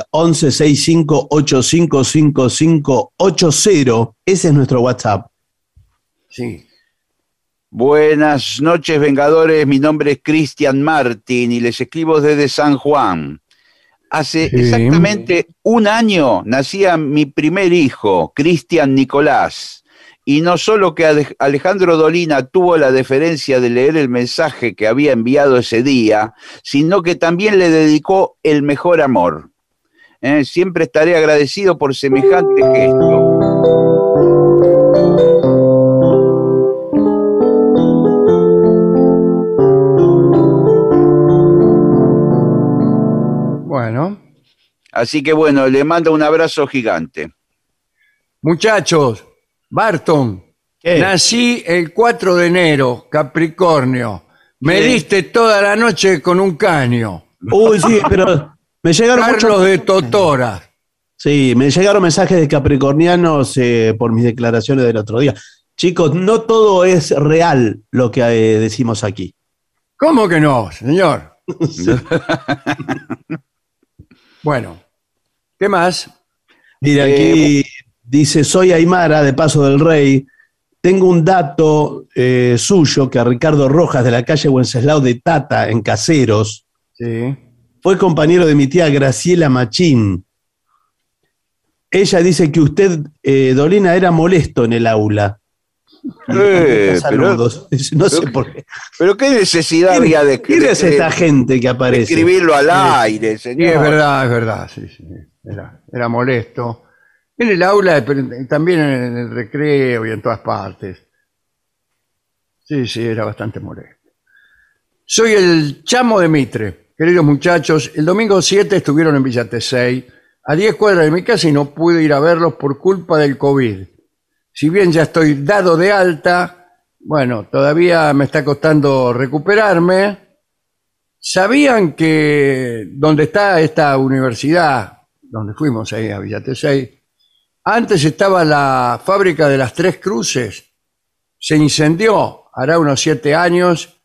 1165-855580. Ese es nuestro WhatsApp. Sí. Buenas noches, Vengadores. Mi nombre es Cristian Martín y les escribo desde San Juan. Hace Sí. exactamente un año nacía mi primer hijo, Cristian Nicolás. Y no solo que Alejandro Dolina tuvo la deferencia de leer el mensaje que había enviado ese día, sino que también le dedicó el mejor amor. Siempre estaré agradecido por semejante gesto. Bueno, Así que bueno, le mando un abrazo gigante. muchachos, Barton, ¿Qué? nací el 4 de enero, Capricornio. Me ¿Qué? diste toda la noche con un caño. Uy, sí, pero me llegaron Carlos de Totora. Sí, me llegaron mensajes de capricornianos por mis declaraciones del otro día. Chicos, no todo es real lo que decimos aquí. ¿Cómo que no, señor? Bueno, ¿qué más? Mira, aquí dice, soy Aymara de Paso del Rey. tengo un dato suyo, que a Ricardo Rojas de la calle Wenceslao de Tata, en Caseros, Sí. fue compañero de mi tía Graciela Machín. Ella dice que usted, Dolina, era molesto en el aula. Saludos. No sé por qué. Pero qué necesidad había de ¿Quién es esta gente que de aparece? escribirlo al aire, Sí, señor? es verdad, sí. Era molesto. En el aula, pero también en el recreo y en todas partes. Sí, era bastante molesto. Soy el Chamo de Mitre. Queridos muchachos, el domingo 7 estuvieron en Villa Tesey, a 10 cuadras de mi casa, y no pude ir a verlos por culpa del COVID. Si bien ya estoy dado de alta, bueno, todavía me está costando recuperarme. ¿Sabían que donde está esta universidad, donde fuimos ahí a Villa Tesey, antes estaba la fábrica de las Tres Cruces? Se incendió, hará unos 7 años,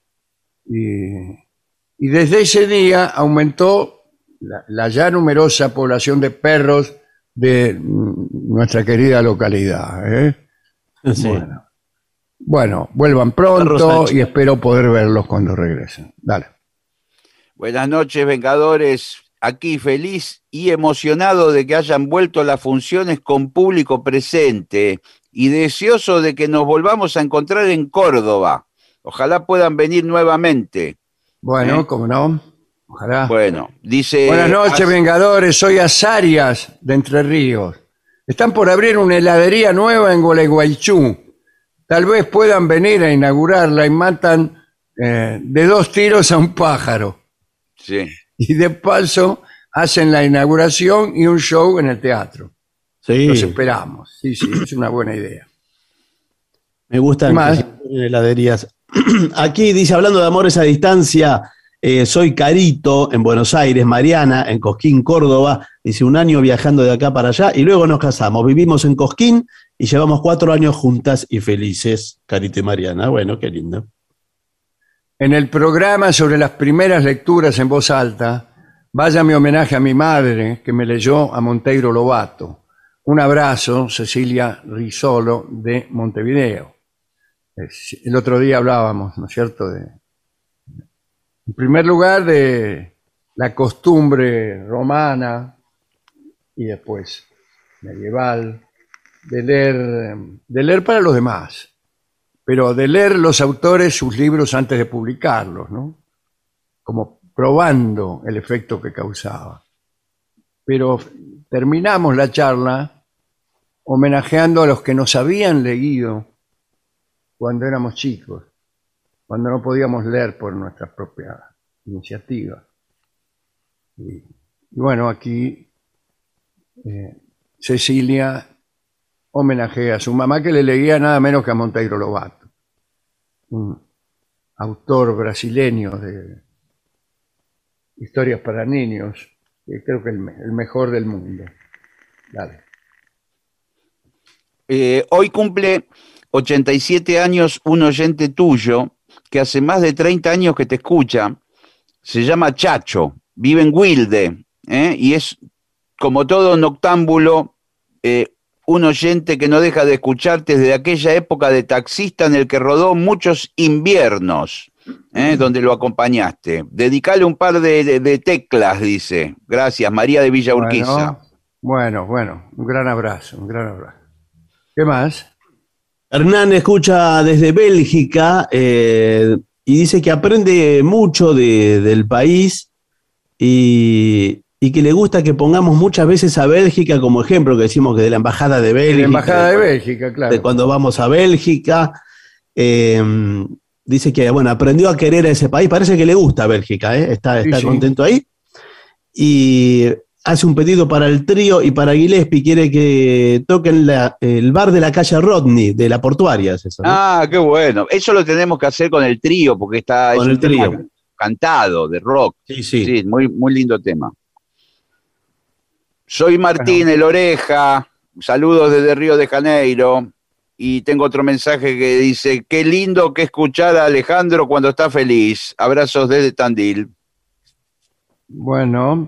y desde ese día aumentó la ya numerosa población de perros de nuestra querida localidad. Sí. Bueno, vuelvan Perros pronto Sánchez. y espero poder verlos cuando regresen. Dale. Buenas noches, Vengadores. Aquí feliz y emocionado de que hayan vuelto las funciones con público presente y deseoso de que nos volvamos a encontrar en Córdoba. Ojalá puedan venir nuevamente. Bueno, como no, ojalá. Bueno, dice... Buenas noches, Vengadores. Soy Azarias, de Entre Ríos. Están por abrir una heladería nueva en Gualeguaychú. Tal vez puedan venir a inaugurarla y matan de 2 tiros a un pájaro. Sí. Y de paso hacen la inauguración y un show en el teatro. Sí. Los esperamos. Sí, es una buena idea. Me gustan Más. que se ponen heladerías. Aquí dice, hablando de amores a distancia, soy Carito en Buenos Aires, Mariana en Cosquín, Córdoba. Dice, 1 año viajando de acá para allá y luego nos casamos. Vivimos en Cosquín y llevamos 4 años juntas y felices, Carito y Mariana. Bueno, qué lindo. En el programa sobre las primeras lecturas en voz alta, vaya mi homenaje a mi madre, que me leyó a Monteiro Lobato. Un abrazo, Cecilia Risolo, de Montevideo. El otro día hablábamos, ¿no es cierto?, en primer lugar, de la costumbre romana y después medieval de leer para los demás, pero de leer los autores sus libros antes de publicarlos, ¿no? Como probando el efecto que causaba. Pero terminamos la charla homenajeando a los que nos habían leído cuando éramos chicos, cuando no podíamos leer por nuestra propia iniciativa. Y bueno, aquí Cecilia homenajea a su mamá, que le leía nada menos que a Monteiro Lobato, un autor brasileño de historias para niños, que creo que el mejor del mundo. Dale. Hoy cumple 87 años un oyente tuyo que hace más de 30 años que te escucha. Se llama Chacho, vive en Wilde, y es, como todo noctámbulo, un oyente que no deja de escucharte desde aquella época de taxista en el que rodó muchos inviernos, donde lo acompañaste. Dedicale un par de teclas, dice. Gracias, María de Villa Urquiza. Bueno, un gran abrazo, un gran abrazo. ¿Qué más? Hernán escucha desde Bélgica y dice que aprende mucho del país y que le gusta que pongamos muchas veces a Bélgica como ejemplo, que decimos que de la Embajada de Bélgica. La Embajada de Bélgica, claro. De cuando vamos a Bélgica. Dice que, bueno, aprendió a querer a ese país. Parece que le gusta Bélgica, está Sí. contento ahí. Y hace un pedido para el trío y para Gillespie. Quiere que toquen el bar de la calle Rodney, de la Portuaria. Es eso, ¿no? Ah, qué bueno. Eso lo tenemos que hacer con el trío, porque está Con es el un tema trío. cantado, de rock. Sí. Sí, muy, muy lindo tema. Soy Martín, el Oreja. Saludos desde Río de Janeiro. Y tengo otro mensaje que dice: qué lindo que escuchar a Alejandro cuando está feliz. Abrazos desde Tandil. Bueno,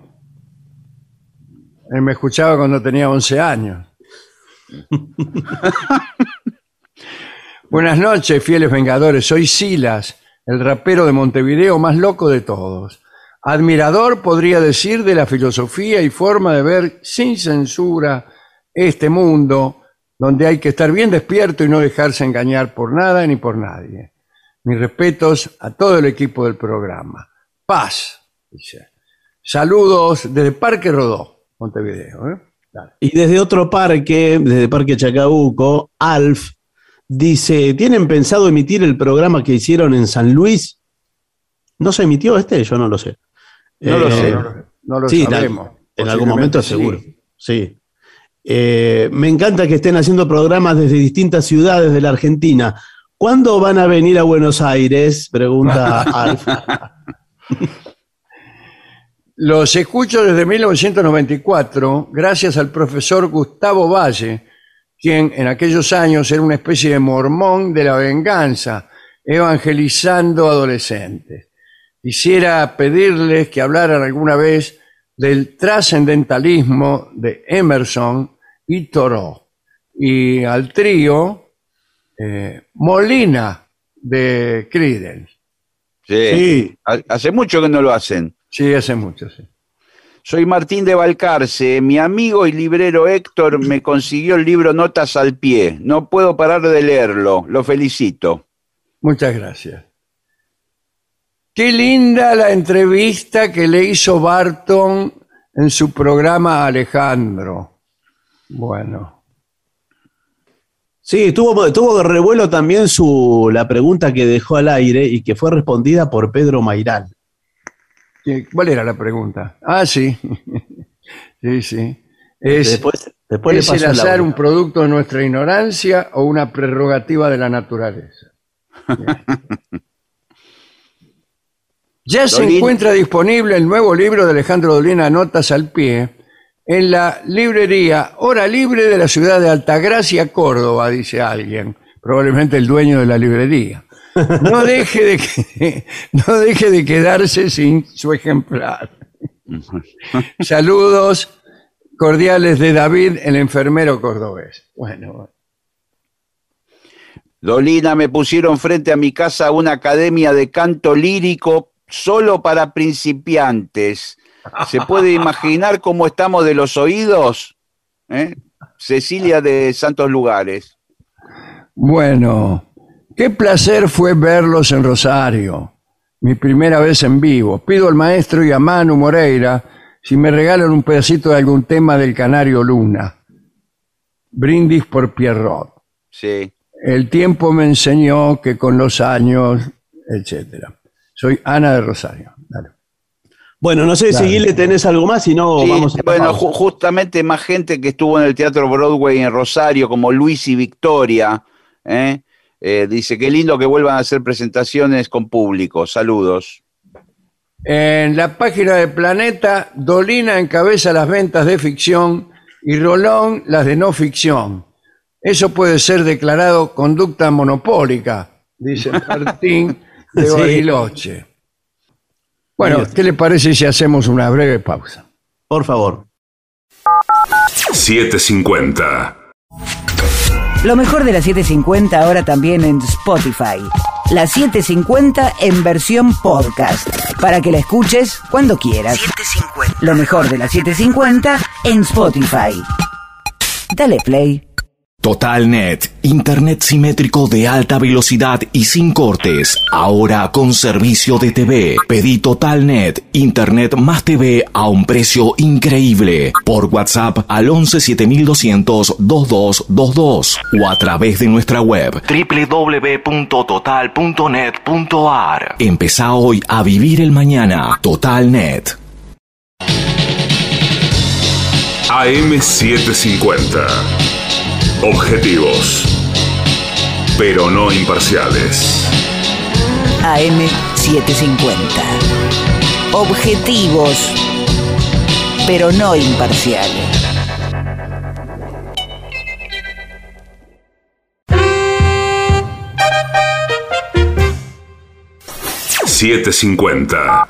él me escuchaba cuando tenía 11 años. Buenas noches, fieles vengadores. Soy Silas, el rapero de Montevideo más loco de todos. Admirador, podría decir, de la filosofía y forma de ver sin censura este mundo donde hay que estar bien despierto y no dejarse engañar por nada ni por nadie. Mis respetos a todo el equipo del programa. Paz, dice. Saludos desde Parque Rodó, Montevideo. Dale. Y desde otro parque, desde Parque Chacabuco, Alf dice, ¿tienen pensado emitir el programa que hicieron en San Luis? ¿No se emitió este? Yo no lo sé. No lo sé. No lo Sí, sabemos. en algún momento seguro. Sí. Sí. Me encanta que estén haciendo programas desde distintas ciudades de la Argentina. ¿Cuándo van a venir a Buenos Aires? Pregunta Alf. Los escucho desde 1994 gracias al profesor Gustavo Valle, quien en aquellos años era una especie de mormón de la venganza, evangelizando adolescentes. Quisiera pedirles que hablaran alguna vez del trascendentalismo de Emerson y Thoreau, y al trío Molina de Creedence. Sí. Hace mucho que no lo hacen. Sí, hace mucho, sí. Soy Martín de Balcarce. Mi amigo y librero Héctor me consiguió el libro Notas al Pie. No puedo parar de leerlo. Lo felicito. Muchas gracias. Qué linda la entrevista que le hizo Barton en su programa a Alejandro. Bueno. Sí, tuvo revuelo también la pregunta que dejó al aire y que fue respondida por Pedro Mairán. ¿Cuál era la pregunta? Ah, sí. Sí, sí. Después le ¿Es pasó el azar la un producto de nuestra ignorancia o una prerrogativa de la naturaleza? Ya se encuentra disponible el nuevo libro de Alejandro Dolina, Notas al Pie, en la librería Hora Libre de la ciudad de Altagracia, Córdoba, dice alguien, probablemente el dueño de la librería. No deje de quedarse sin su ejemplar. Saludos cordiales de David, el enfermero cordobés. Bueno. Dolina, me pusieron frente a mi casa una academia de canto lírico solo para principiantes. ¿Se puede imaginar cómo estamos de los oídos? Cecilia de Santos Lugares. Bueno, qué placer fue verlos en Rosario. Mi primera vez en vivo. Pido al maestro y a Manu Moreira si me regalan un pedacito de algún tema del Canario Luna. Brindis por Pierrot. Sí. El tiempo me enseñó que con los años, etcétera. Soy Ana de Rosario. Dale. Bueno, no sé si Guille tenés algo más, si no Sí, vamos a... bueno, justamente más gente que estuvo en el Teatro Broadway en Rosario, como Luis y Victoria, dice, qué lindo que vuelvan a hacer presentaciones con público. Saludos. En la página de Planeta, Dolina encabeza las ventas de ficción y Rolón las de no ficción. Eso puede ser declarado conducta monopólica, dice Martín de Bariloche. Bueno, ¿qué le parece si hacemos una breve pausa? Por favor. 7:50. Lo mejor de la 750 ahora también en Spotify. La 750 en versión podcast, para que la escuches cuando quieras. 750. Lo mejor de la 750 en Spotify. Dale play. TotalNet, internet simétrico de alta velocidad y sin cortes, ahora con servicio de TV. Pedí TotalNet, internet más TV a un precio increíble. Por WhatsApp al 11 7200 2222 o a través de nuestra web www.total.net.ar. Empezá hoy a vivir el mañana. TotalNet. AM750. Objetivos, pero no imparciales. AM750. Objetivos, pero no imparciales. $7.50.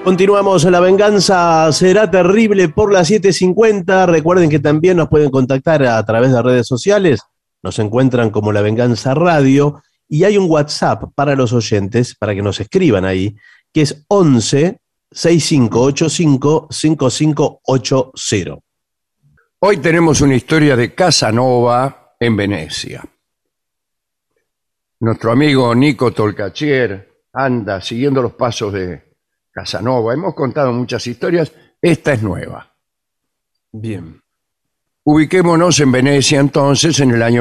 Continuamos, La Venganza Será Terrible por las 7:50. Recuerden que también nos pueden contactar a través de redes sociales. Nos encuentran como La Venganza Radio y hay un WhatsApp para los oyentes, para que nos escriban ahí, que es 11 6585 5580. Hoy tenemos una historia de Casanova en Venecia. Nuestro amigo Nico Tolcachier anda siguiendo los pasos de Casanova. Hemos contado muchas historias, esta es nueva. Bien. Ubiquémonos en Venecia entonces en el año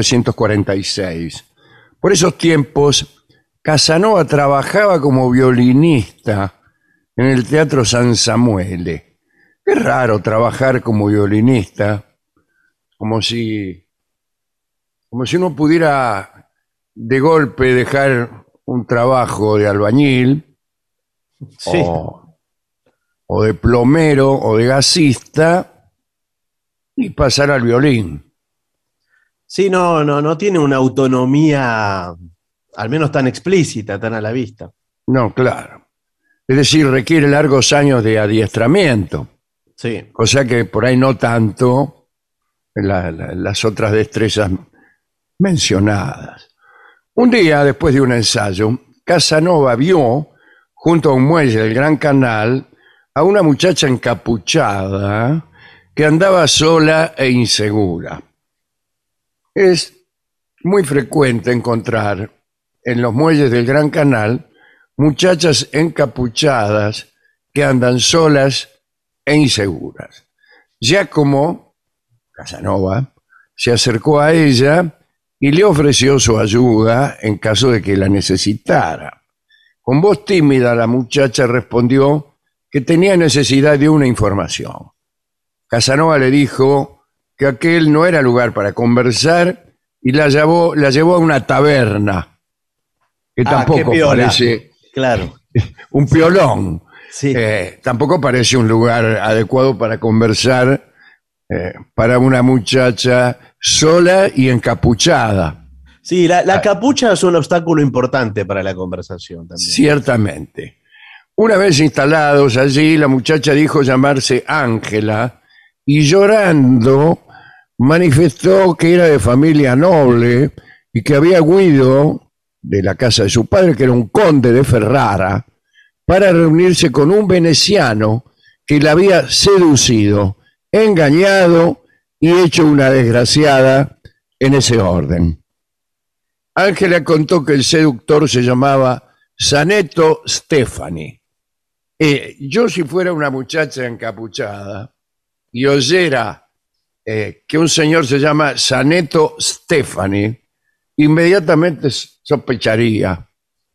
1746. Por esos tiempos, Casanova trabajaba como violinista en el Teatro San Samuele. Es raro trabajar como violinista, como si uno pudiera de golpe dejar un trabajo de albañil, Sí. o de plomero o de gasista y pasar al violín. Sí, no tiene una autonomía, al menos tan explícita, tan a la vista. No, claro. Es decir, requiere largos años de adiestramiento, Sí. cosa que por ahí no tanto en las otras destrezas mencionadas. Un día, después de un ensayo, Casanova vio, junto a un muelle del Gran Canal, a una muchacha encapuchada que andaba sola e insegura. Es muy frecuente encontrar en los muelles del Gran Canal muchachas encapuchadas que andan solas e inseguras. Giacomo Casanova se acercó a ella y le ofreció su ayuda en caso de que la necesitara. Con voz tímida la muchacha respondió que tenía necesidad de una información. Casanova le dijo que aquel no era lugar para conversar y la llevó a una taberna, que tampoco qué piola. parece Claro. un piolón. Sí. Tampoco parece un lugar adecuado para conversar para una muchacha sola y encapuchada. Sí, la capucha es un obstáculo importante para la conversación también. Ciertamente. Una vez instalados allí, la muchacha dijo llamarse Ángela y llorando manifestó que era de familia noble y que había huido de la casa de su padre, que era un conde de Ferrara, para reunirse con un veneciano que la había seducido, engañado y hecho una desgraciada en ese orden. Ángela contó que el seductor se llamaba Saneto Stefani. Yo, si fuera una muchacha encapuchada y oyera que un señor se llama Saneto Stefani, inmediatamente sospecharía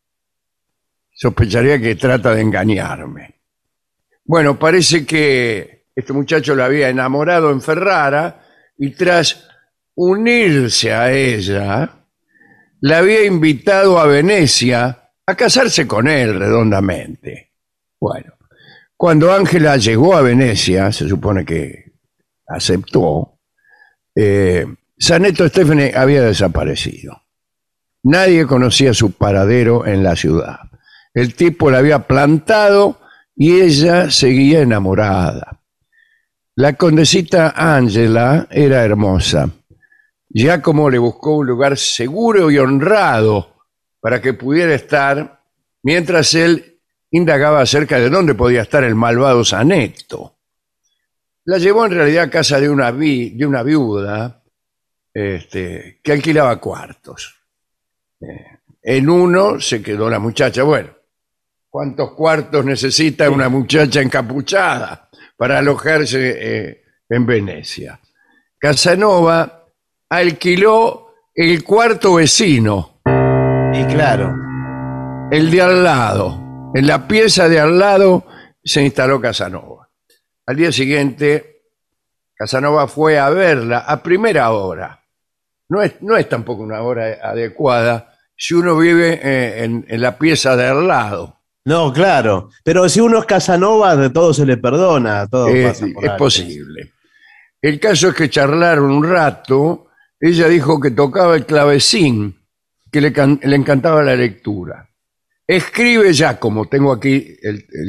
que trata de engañarme. Bueno, parece que este muchacho la había enamorado en Ferrara y tras unirse a ella, la había invitado a Venecia a casarse con él redondamente. Bueno, cuando Ángela llegó a Venecia, se supone que aceptó, Saneto Stefani había desaparecido. Nadie conocía su paradero en la ciudad. El tipo la había plantado y ella seguía enamorada. La condesita Ángela era hermosa. Giacomo le buscó un lugar seguro y honrado para que pudiera estar, mientras él indagaba acerca de dónde podía estar el malvado Saneto. La llevó en realidad a casa de una viuda que alquilaba cuartos. En uno se quedó la muchacha. Bueno, ¿cuántos cuartos necesita una muchacha encapuchada para alojarse en Venecia? Casanova alquiló el cuarto vecino. Y claro. El de al lado. En la pieza de al lado se instaló Casanova. Al día siguiente, Casanova fue a verla a primera hora. No es tampoco una hora adecuada si uno vive en la pieza de al lado. No, claro. Pero si uno es Casanova, de todo se le perdona. Todo pasa por Es alto. posible. El caso es que charlaron un rato. Ella dijo que tocaba el clavecín, que le encantaba la lectura. Escribe ya, como tengo aquí el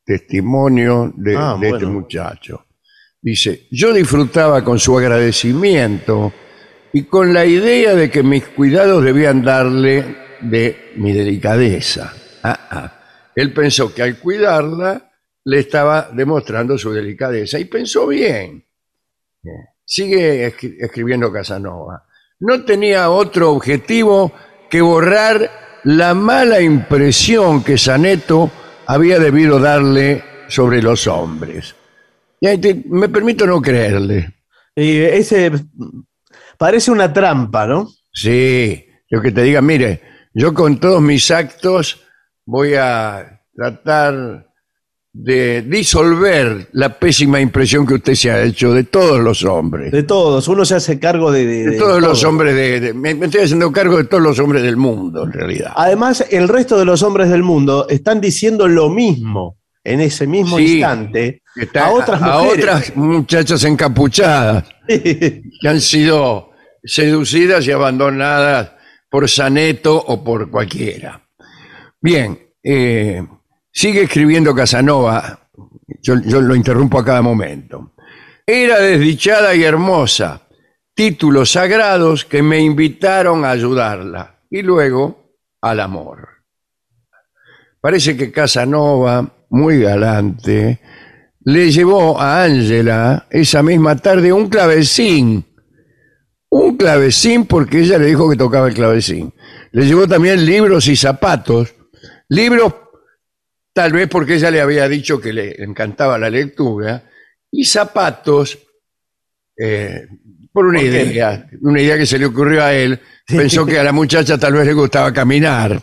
testimonio de este bueno. muchacho. Dice, yo disfrutaba con su agradecimiento y con la idea de que mis cuidados debían darle de mi delicadeza. Él pensó que al cuidarla le estaba demostrando su delicadeza y pensó bien. Sigue escribiendo Casanova. No tenía otro objetivo que borrar la mala impresión que Saneto había debido darle sobre los hombres. Y me permito no creerle. Y ese parece una trampa, ¿no? Sí, yo que te diga, mire, yo con todos mis actos voy a tratar de disolver la pésima impresión que usted se ha hecho de todos los hombres. De todos, uno se hace cargo De todos los hombres, me estoy haciendo cargo de todos los hombres del mundo, en realidad. Además, el resto de los hombres del mundo están diciendo lo mismo en ese mismo Sí, instante Está a otras a mujeres. otras muchachas encapuchadas que han sido seducidas y abandonadas por Saneto o por cualquiera. Bien, sigue escribiendo Casanova, yo lo interrumpo a cada momento. Era desdichada y hermosa, títulos sagrados que me invitaron a ayudarla, y luego al amor. Parece que Casanova, muy galante, le llevó a Ángela esa misma tarde un clavecín. Un clavecín porque ella le dijo que tocaba el clavecín. Le llevó también libros y zapatos. Libros tal vez porque ella le había dicho que le encantaba la lectura. Y zapatos por una idea que se le ocurrió a él. Pensó que a la muchacha tal vez le gustaba caminar.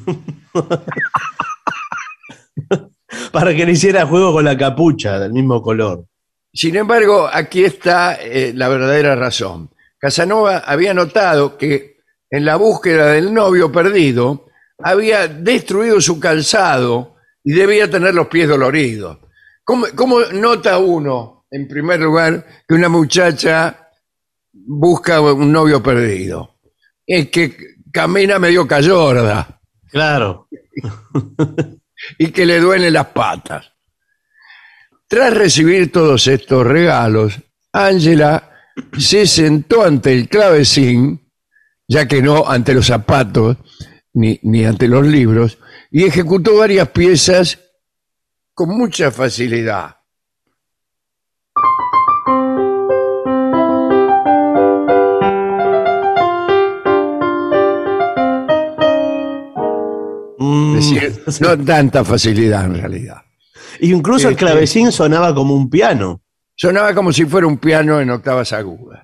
Para que le hiciera juego con la capucha del mismo color. Sin embargo, aquí está la verdadera razón. Casanova había notado que en la búsqueda del novio perdido había destruido su calzado y debía tener los pies doloridos. ¿Cómo nota uno, en primer lugar, que una muchacha busca un novio perdido? Es que camina medio callorda Claro. y que le duelen las patas. Tras recibir todos estos regalos, Ángela se sentó ante el clavecín, ya que no ante los zapatos ni ante los libros, y ejecutó varias piezas con mucha facilidad. Es decir, no tanta facilidad en realidad. Incluso el clavecín sonaba como un piano. Sonaba como si fuera un piano en octavas agudas.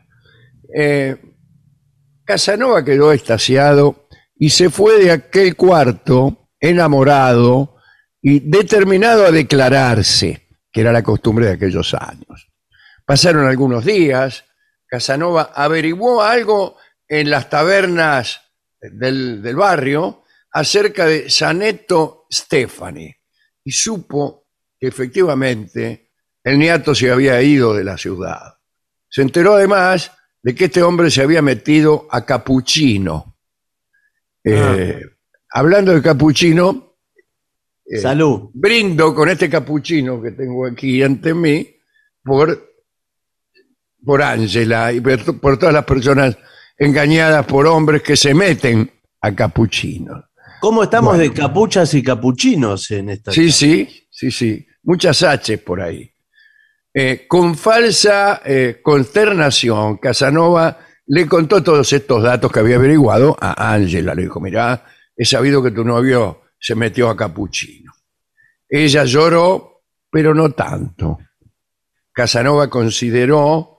Casanova quedó extasiado y se fue de aquel cuarto enamorado y determinado a declararse, que era la costumbre de aquellos años. Pasaron algunos días, Casanova averiguó algo en las tabernas del barrio acerca de Saneto Stefani y supo que efectivamente el niato se había ido de la ciudad. Se enteró además de que este hombre se había metido a capuchino. Hablando de capuchino, Salud. brindo con este capuchino que tengo aquí ante mí por Ángela y por todas las personas engañadas por hombres que se meten a capuchinos. ¿Cómo estamos de capuchas y capuchinos en esta? Sí. Muchas H por ahí. Con falsa consternación, Casanova le contó todos estos datos que había averiguado a Ángela. Le dijo, mirá, he sabido que tu novio se metió a capuchino. Ella lloró, pero no tanto. Casanova consideró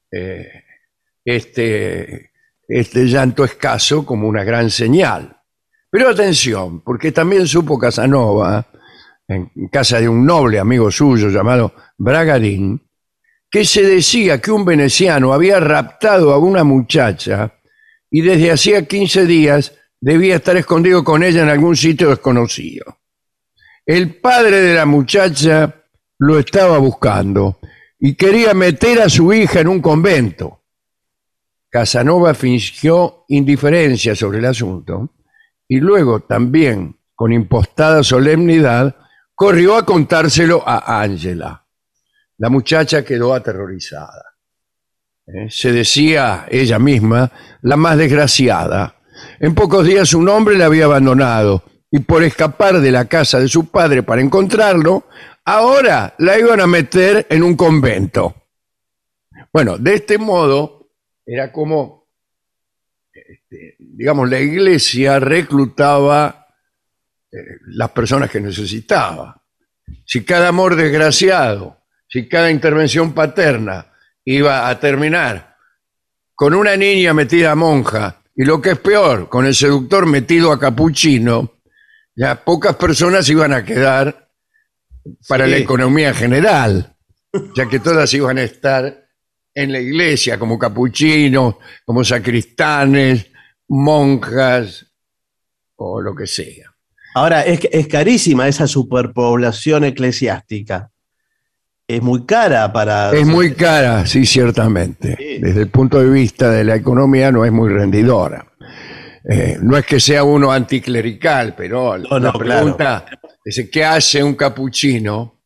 este llanto escaso como una gran señal. Pero atención, porque también supo Casanova, en casa de un noble amigo suyo llamado Bragadín, que se decía que un veneciano había raptado a una muchacha y desde hacía 15 días debía estar escondido con ella en algún sitio desconocido. El padre de la muchacha lo estaba buscando y quería meter a su hija en un convento. Casanova fingió indiferencia sobre el asunto y luego también, con impostada solemnidad, corrió a contárselo a Ángela. La muchacha quedó aterrorizada. Se decía ella misma la más desgraciada. En pocos días un hombre la había abandonado y por escapar de la casa de su padre para encontrarlo, ahora la iban a meter en un convento. Bueno, de este modo era como, digamos, la iglesia reclutaba las personas que necesitaba. Si cada amor desgraciado, si cada intervención paterna iba a terminar con una niña metida a monja y lo que es peor, con el seductor metido a capuchino, ya pocas personas iban a quedar para la economía general, ya que todas iban a estar en la iglesia como capuchinos, como sacristanes, monjas o lo que sea. Ahora, es carísima esa superpoblación eclesiástica. Es muy cara para... Es muy cara, sí, ciertamente. Sí. Desde el punto de vista de la economía no es muy rendidora. No es que sea uno anticlerical, pero la pregunta es ¿qué hace un capuchino?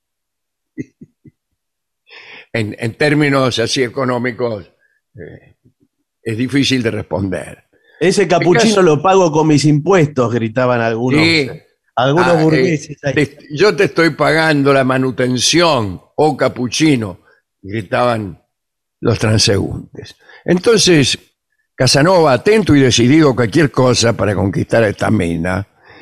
En términos así económicos es difícil de responder. Ese capuchino lo pago con mis impuestos, gritaban algunos. Sí. Algunos burgueses ahí. Yo te estoy pagando la manutención, oh capuchino, gritaban los transeúntes. Entonces, Casanova, atento y decidido a cualquier cosa para conquistar a esta mina,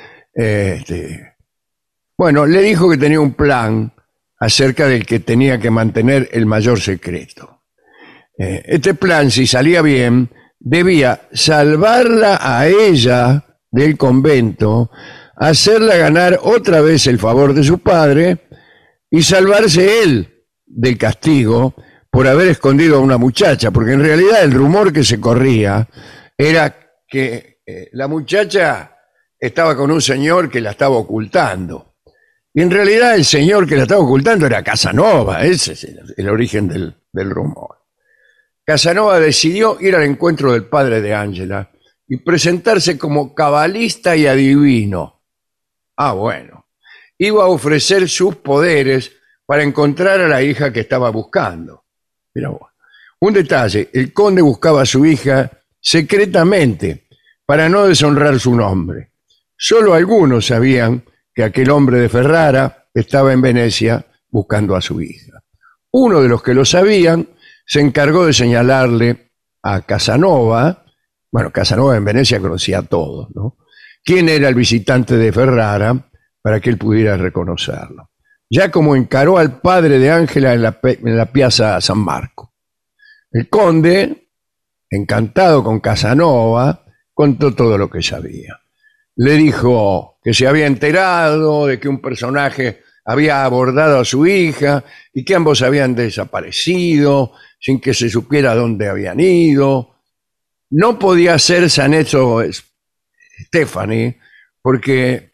bueno, le dijo que tenía un plan acerca del que tenía que mantener el mayor secreto. Este plan, si salía bien, debía salvarla a ella del convento, hacerla ganar otra vez el favor de su padre y salvarse él del castigo por haber escondido a una muchacha, porque en realidad el rumor que se corría era que la muchacha estaba con un señor que la estaba ocultando. Y en realidad el señor que la estaba ocultando era Casanova, ese es el origen del rumor. Casanova decidió ir al encuentro del padre de Ángela y presentarse como cabalista y adivino. Ah, bueno. Iba a ofrecer sus poderes para encontrar a la hija que estaba buscando. Pero bueno, un detalle, el conde buscaba a su hija secretamente para no deshonrar su nombre. Solo algunos sabían que aquel hombre de Ferrara estaba en Venecia buscando a su hija. Uno de los que lo sabían se encargó de señalarle a Casanova. Bueno, Casanova en Venecia conocía a todos, ¿no? Quién era el visitante de Ferrara para que él pudiera reconocerlo. Ya como encaró al padre de Ángela en la Piazza San Marco. El conde, encantado con Casanova, contó todo lo que sabía. Le dijo que se había enterado de que un personaje había abordado a su hija y que ambos habían desaparecido sin que se supiera dónde habían ido. No podía ser Saneto Stefani, porque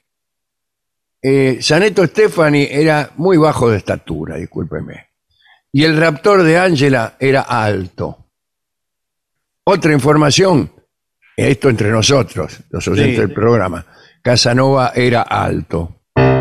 Saneto Stefani era muy bajo de estatura, discúlpeme, y el raptor de Ángela era alto. Otra información, esto entre nosotros, los oyentes del programa, Casanova era alto.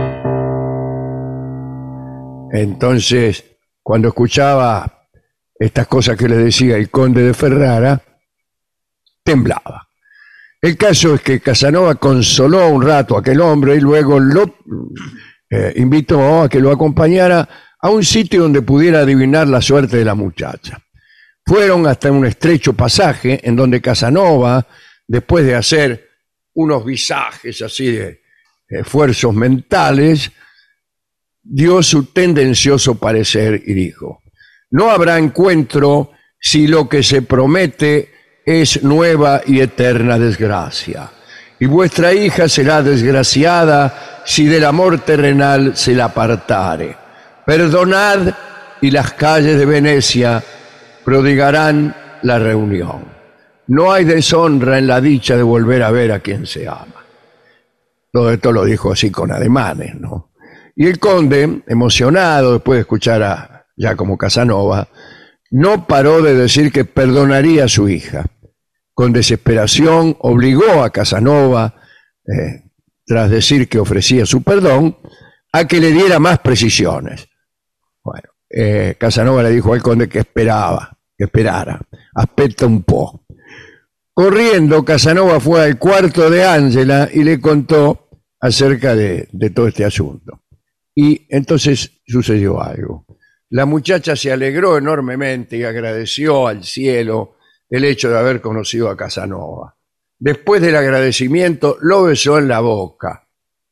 Entonces, cuando escuchaba estas cosas que le decía el conde de Ferrara, temblaba. El caso es que Casanova consoló un rato a aquel hombre y luego lo invitó a que lo acompañara a un sitio donde pudiera adivinar la suerte de la muchacha. Fueron hasta un estrecho pasaje en donde Casanova, después de hacer unos visajes así de esfuerzos mentales, dio su tendencioso parecer y dijo: no habrá encuentro si lo que se promete es nueva y eterna desgracia, y vuestra hija será desgraciada si del amor terrenal se la apartare. Perdonad y las calles de Venecia prodigarán la reunión. No hay deshonra en la dicha de volver a ver a quien se ama. Todo esto lo dijo así con ademanes, ¿no? Y el conde, emocionado después de escuchar ya como Casanova, no paró de decir que perdonaría a su hija. Con desesperación obligó a Casanova, tras decir que ofrecía su perdón, a que le diera más precisiones. Bueno, Casanova le dijo al conde que esperara, aspetta un po'. Corriendo, Casanova fue al cuarto de Ángela y le contó acerca de todo este asunto. Y entonces sucedió algo. La muchacha se alegró enormemente y agradeció al cielo el hecho de haber conocido a Casanova. Después del agradecimiento, lo besó en la boca.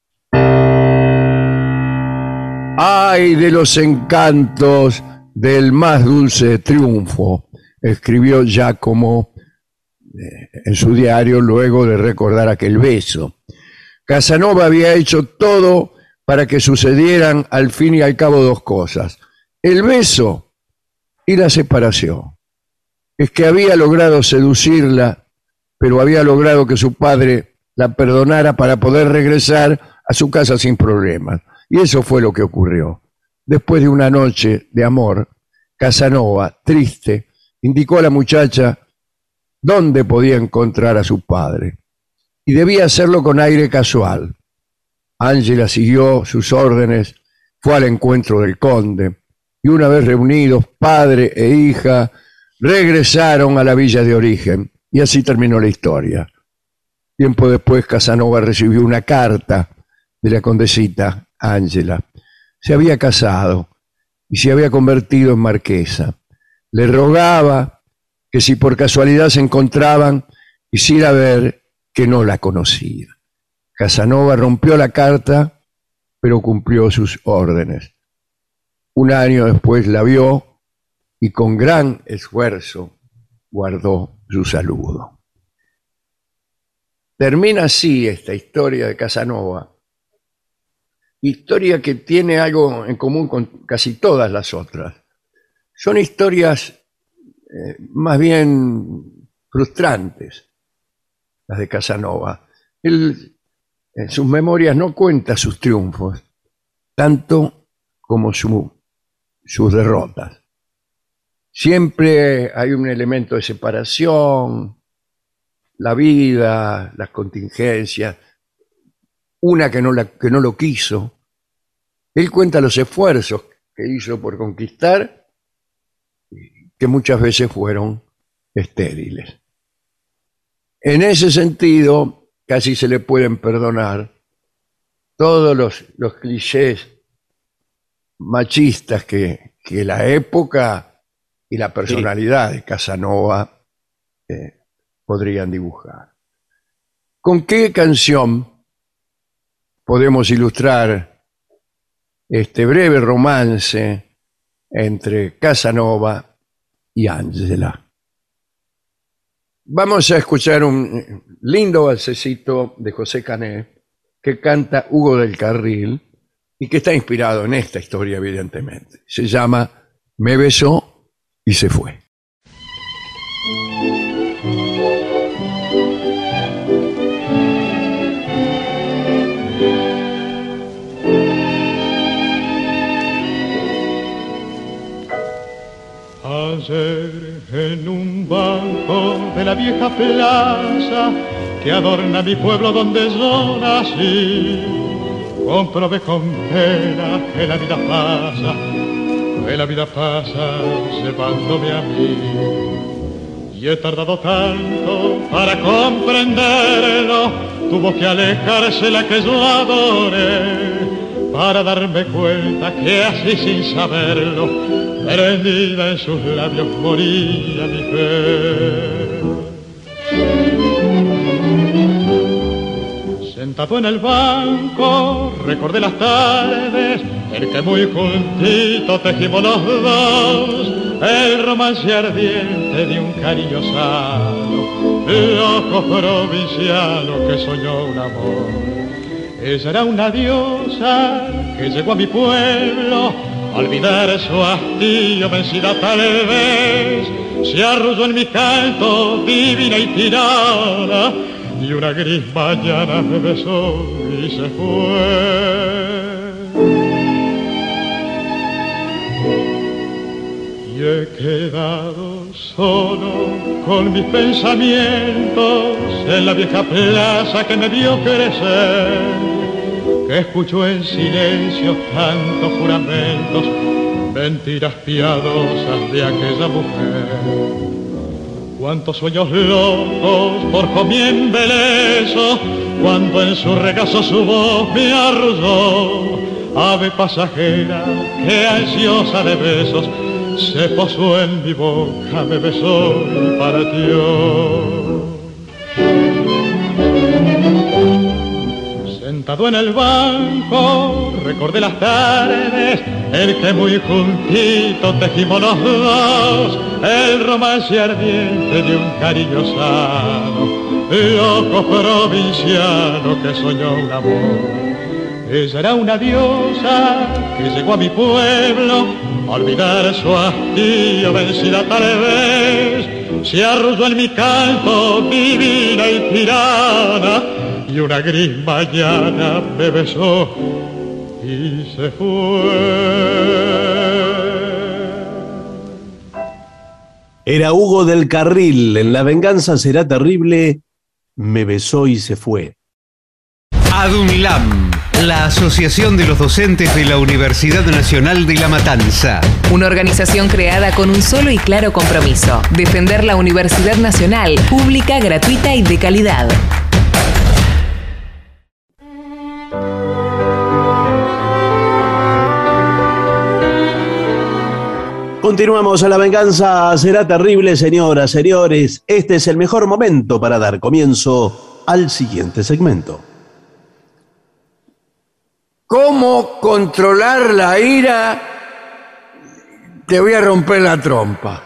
¡Ay de los encantos del más dulce triunfo!, escribió Giacomo en su diario luego de recordar aquel beso. Casanova había hecho todo para que sucedieran al fin y al cabo dos cosas: el beso y la separación. Es que había logrado seducirla, pero había logrado que su padre la perdonara para poder regresar a su casa sin problemas. Y eso fue lo que ocurrió. Después de una noche de amor, Casanova, triste, indicó a la muchacha dónde podía encontrar a su padre. Y debía hacerlo con aire casual. Ángela siguió sus órdenes, fue al encuentro del conde, y una vez reunidos, padre e hija regresaron a la villa de origen, y así terminó la historia. Tiempo después, Casanova recibió una carta de la condesita Ángela. Se había casado y se había convertido en marquesa. Le rogaba que si por casualidad se encontraban, hiciera ver que no la conocía. Casanova rompió la carta, pero cumplió sus órdenes. Un año después la vio y con gran esfuerzo guardó su saludo. Termina así esta historia de Casanova, historia que tiene algo en común con casi todas las otras. Son historias más bien frustrantes, las de Casanova. Él en sus memorias no cuenta sus triunfos, tanto como sus derrotas. Siempre hay un elemento de separación, la vida, las contingencias, una que no lo quiso. Él cuenta los esfuerzos que hizo por conquistar, que muchas veces fueron estériles. En ese sentido, casi se le pueden perdonar todos los clichés machistas que la época y la personalidad de Casanova podrían dibujar. ¿Con qué canción podemos ilustrar este breve romance entre Casanova y Ángela? Vamos a escuchar un lindo valsecito de José Canet que canta Hugo del Carril y que está inspirado en esta historia, evidentemente. Se llama Me besó y se fue. Ayer en un banco de la vieja plaza que adorna mi pueblo donde yo nací, comprobé con pena que la vida pasa llevándome a mí. Y he tardado tanto para comprenderlo, tuvo que alejarse la que yo adoré, para darme cuenta que así sin saberlo, prendida en sus labios moría mi fe. Sentado en el banco, recordé las tardes en que muy juntito tejimos los dos el romance ardiente de un cariño sano, loco provinciano que soñó un amor. Ella era una diosa que llegó a mi pueblo, a olvidar su hastío, vencida tal vez, se arrulló en mi canto, divina y tirana, y una gris mañana me besó y se fue. Y he quedado solo con mis pensamientos en la vieja plaza que me vio crecer, que escuchó en silencio tantos juramentos, mentiras piadosas de aquella mujer. Cuántos sueños locos forjó mi embeleso, cuando en su regazo su voz me arrulló. Ave pasajera que ansiosa de besos se posó en mi boca, me besó y partió. Sentado en el banco recordé las tardes en que muy juntito tejimos los dos el romance ardiente de un cariño sano, loco provinciano que soñó un amor. Ella era una diosa que llegó a mi pueblo a olvidar su hastío, vencida tal vez se arrulló en mi canto divina y tirana, y una gris mañana me besó y se fue. Era Hugo del Carril, en La venganza será terrible, me besó y se fue. ADUNLAM, la Asociación de los Docentes de la Universidad Nacional de La Matanza. Una organización creada con un solo y claro compromiso: defender la Universidad Nacional, pública, gratuita y de calidad. Continuamos a La venganza será terrible, señoras, señores. Este es el mejor momento para dar comienzo al siguiente segmento. ¿Cómo controlar la ira? Te voy a romper la trompa.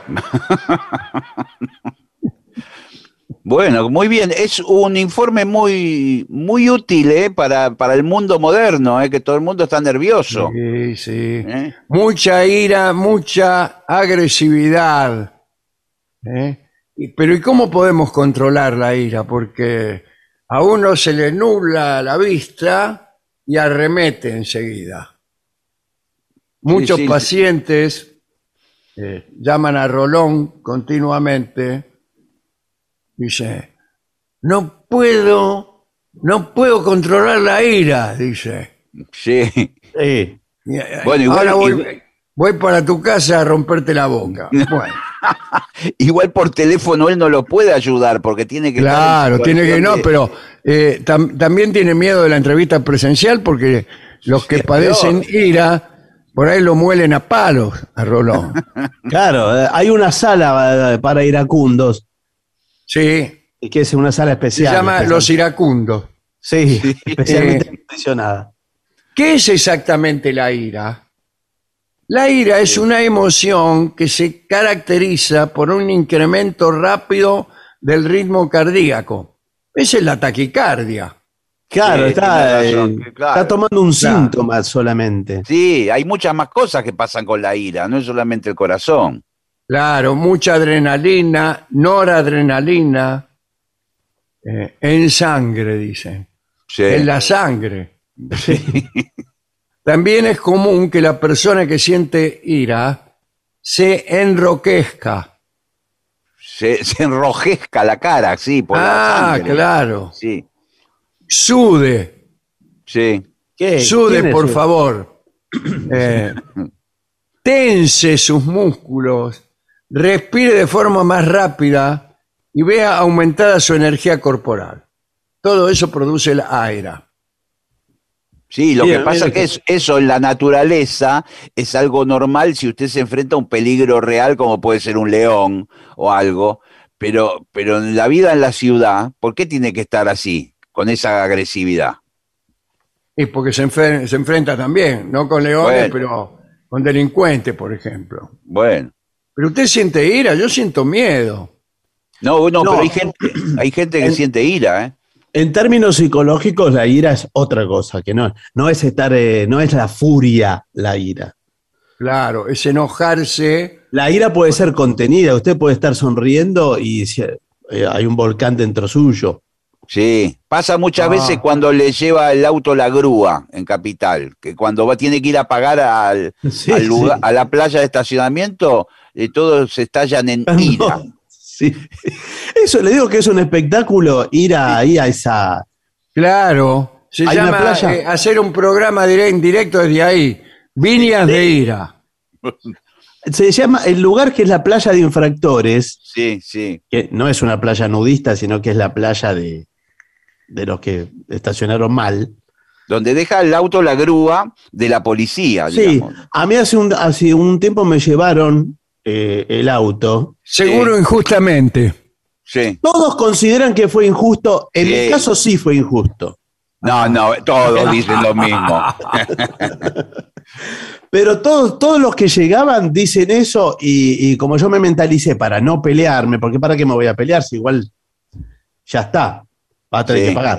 Bueno, muy bien. Es un informe muy útil para el mundo moderno, que todo el mundo está nervioso. Sí, sí. Mucha ira, mucha agresividad. Pero ¿y cómo podemos controlar la ira? Porque a uno se le nubla la vista y arremete enseguida. Muchos pacientes llaman a Rolón continuamente. Dice, no puedo controlar la ira, dice. Sí. Bueno, igual, ahora voy para tu casa a romperte la boca. Bueno. Igual por teléfono él no lo puede ayudar porque tiene que... Claro, tiene que no, pero también tiene miedo de la entrevista presencial porque los que padecen ira, por ahí lo muelen a palos a Rolón. Claro, hay una sala para iracundos. Sí. Que es una sala especial. Se llama Los Iracundos. Sí, especialmente acondicionada. ¿Qué es exactamente la ira? La ira es una emoción que se caracteriza por un incremento rápido del ritmo cardíaco. Esa es la taquicardia. Claro, está tomando un síntoma solamente. Sí, hay muchas más cosas que pasan con la ira, no es solamente el corazón. Claro, mucha adrenalina, noradrenalina, en sangre, dicen. Sí. En la sangre. Sí. También es común que la persona que siente ira se enroquezca. Se enrojezca la cara, sí, por la sangre. Claro. Sí. Sude. Sí. Sude, por favor. Tense sus músculos. Respire de forma más rápida y vea aumentada su energía corporal. Todo eso produce la ira. Sí, lo que pasa es que eso en la naturaleza es algo normal si usted se enfrenta a un peligro real como puede ser un león o algo, pero en la vida en la ciudad, ¿por qué tiene que estar así, con esa agresividad? Y porque se enfrenta también, no con leones, pero con delincuentes, por ejemplo. Bueno. Pero usted siente ira, yo siento miedo. No, pero hay gente que siente ira, ¿eh? En términos psicológicos, la ira es otra cosa, que no es no es la furia la ira. Claro, es enojarse. La ira puede ser contenida, usted puede estar sonriendo y hay un volcán dentro suyo. Sí, pasa muchas veces cuando le lleva el auto la grúa en Capital, que cuando tiene que ir a pagar al lugar, a la playa de estacionamiento, todos se estallan en ira. No, sí. Eso le digo que es un espectáculo ir ahí a esa... Claro, Se Hay una llama playa. hacer un programa en directo desde ahí. Viñas de Ira. Se llama el lugar que es la playa de infractores, Sí, sí. que no es una playa nudista, sino que es la playa de los que estacionaron mal. Donde deja el auto la grúa de la policía, Sí, digamos. a mí hace un tiempo me llevaron el auto. Seguro injustamente. Sí. Todos consideran que fue injusto. En Sí. mi caso sí fue injusto. No, todos dicen lo mismo. Pero todos los que llegaban dicen eso y como yo me mentalicé para no pelearme, porque ¿para qué me voy a pelear si igual ya está, va a tener Sí. que pagar?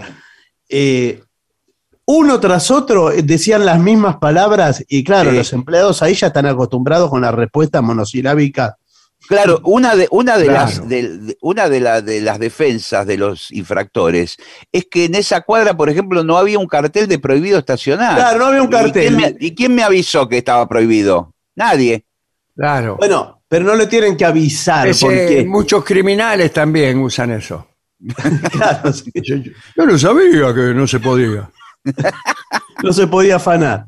Uno tras otro decían las mismas palabras y claro, Sí. los empleados ahí ya están acostumbrados con la respuesta monosilábica. Claro, una de Claro. las defensas de los infractores es que en esa cuadra, por ejemplo, no había un cartel de prohibido estacionar. Claro, no había un cartel. ¿Y quién me avisó que estaba prohibido? Nadie. Claro. Bueno, pero no le tienen que avisar porque Muchos criminales también usan eso. claro, sí, Yo no sabía que no se podía. no se podía afanar.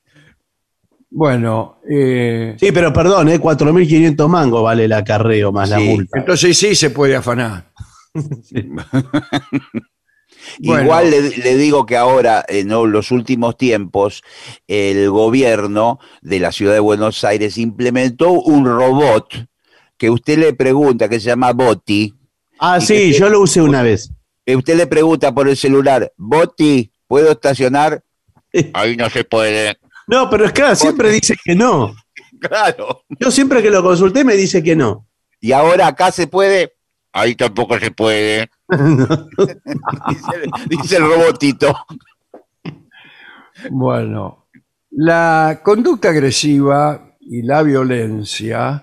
Bueno, Sí, pero perdón, 4.500 mangos vale el acarreo más la Sí. multa. entonces sí se puede afanar. Bueno. Igual le digo que ahora, en los últimos tiempos, el gobierno de la ciudad de Buenos Aires implementó un robot que usted le pregunta, que se llama Boti. Ah, Y sí, que- yo lo usé una vez. Usted le pregunta por el celular, Boti, ¿puedo estacionar? Ahí no se puede. No, pero es claro, siempre dice que no. Claro. Yo siempre que lo consulté me dice que no. Y ahora acá se puede. Ahí tampoco se puede. Dice el robotito. Bueno, la conducta agresiva y la violencia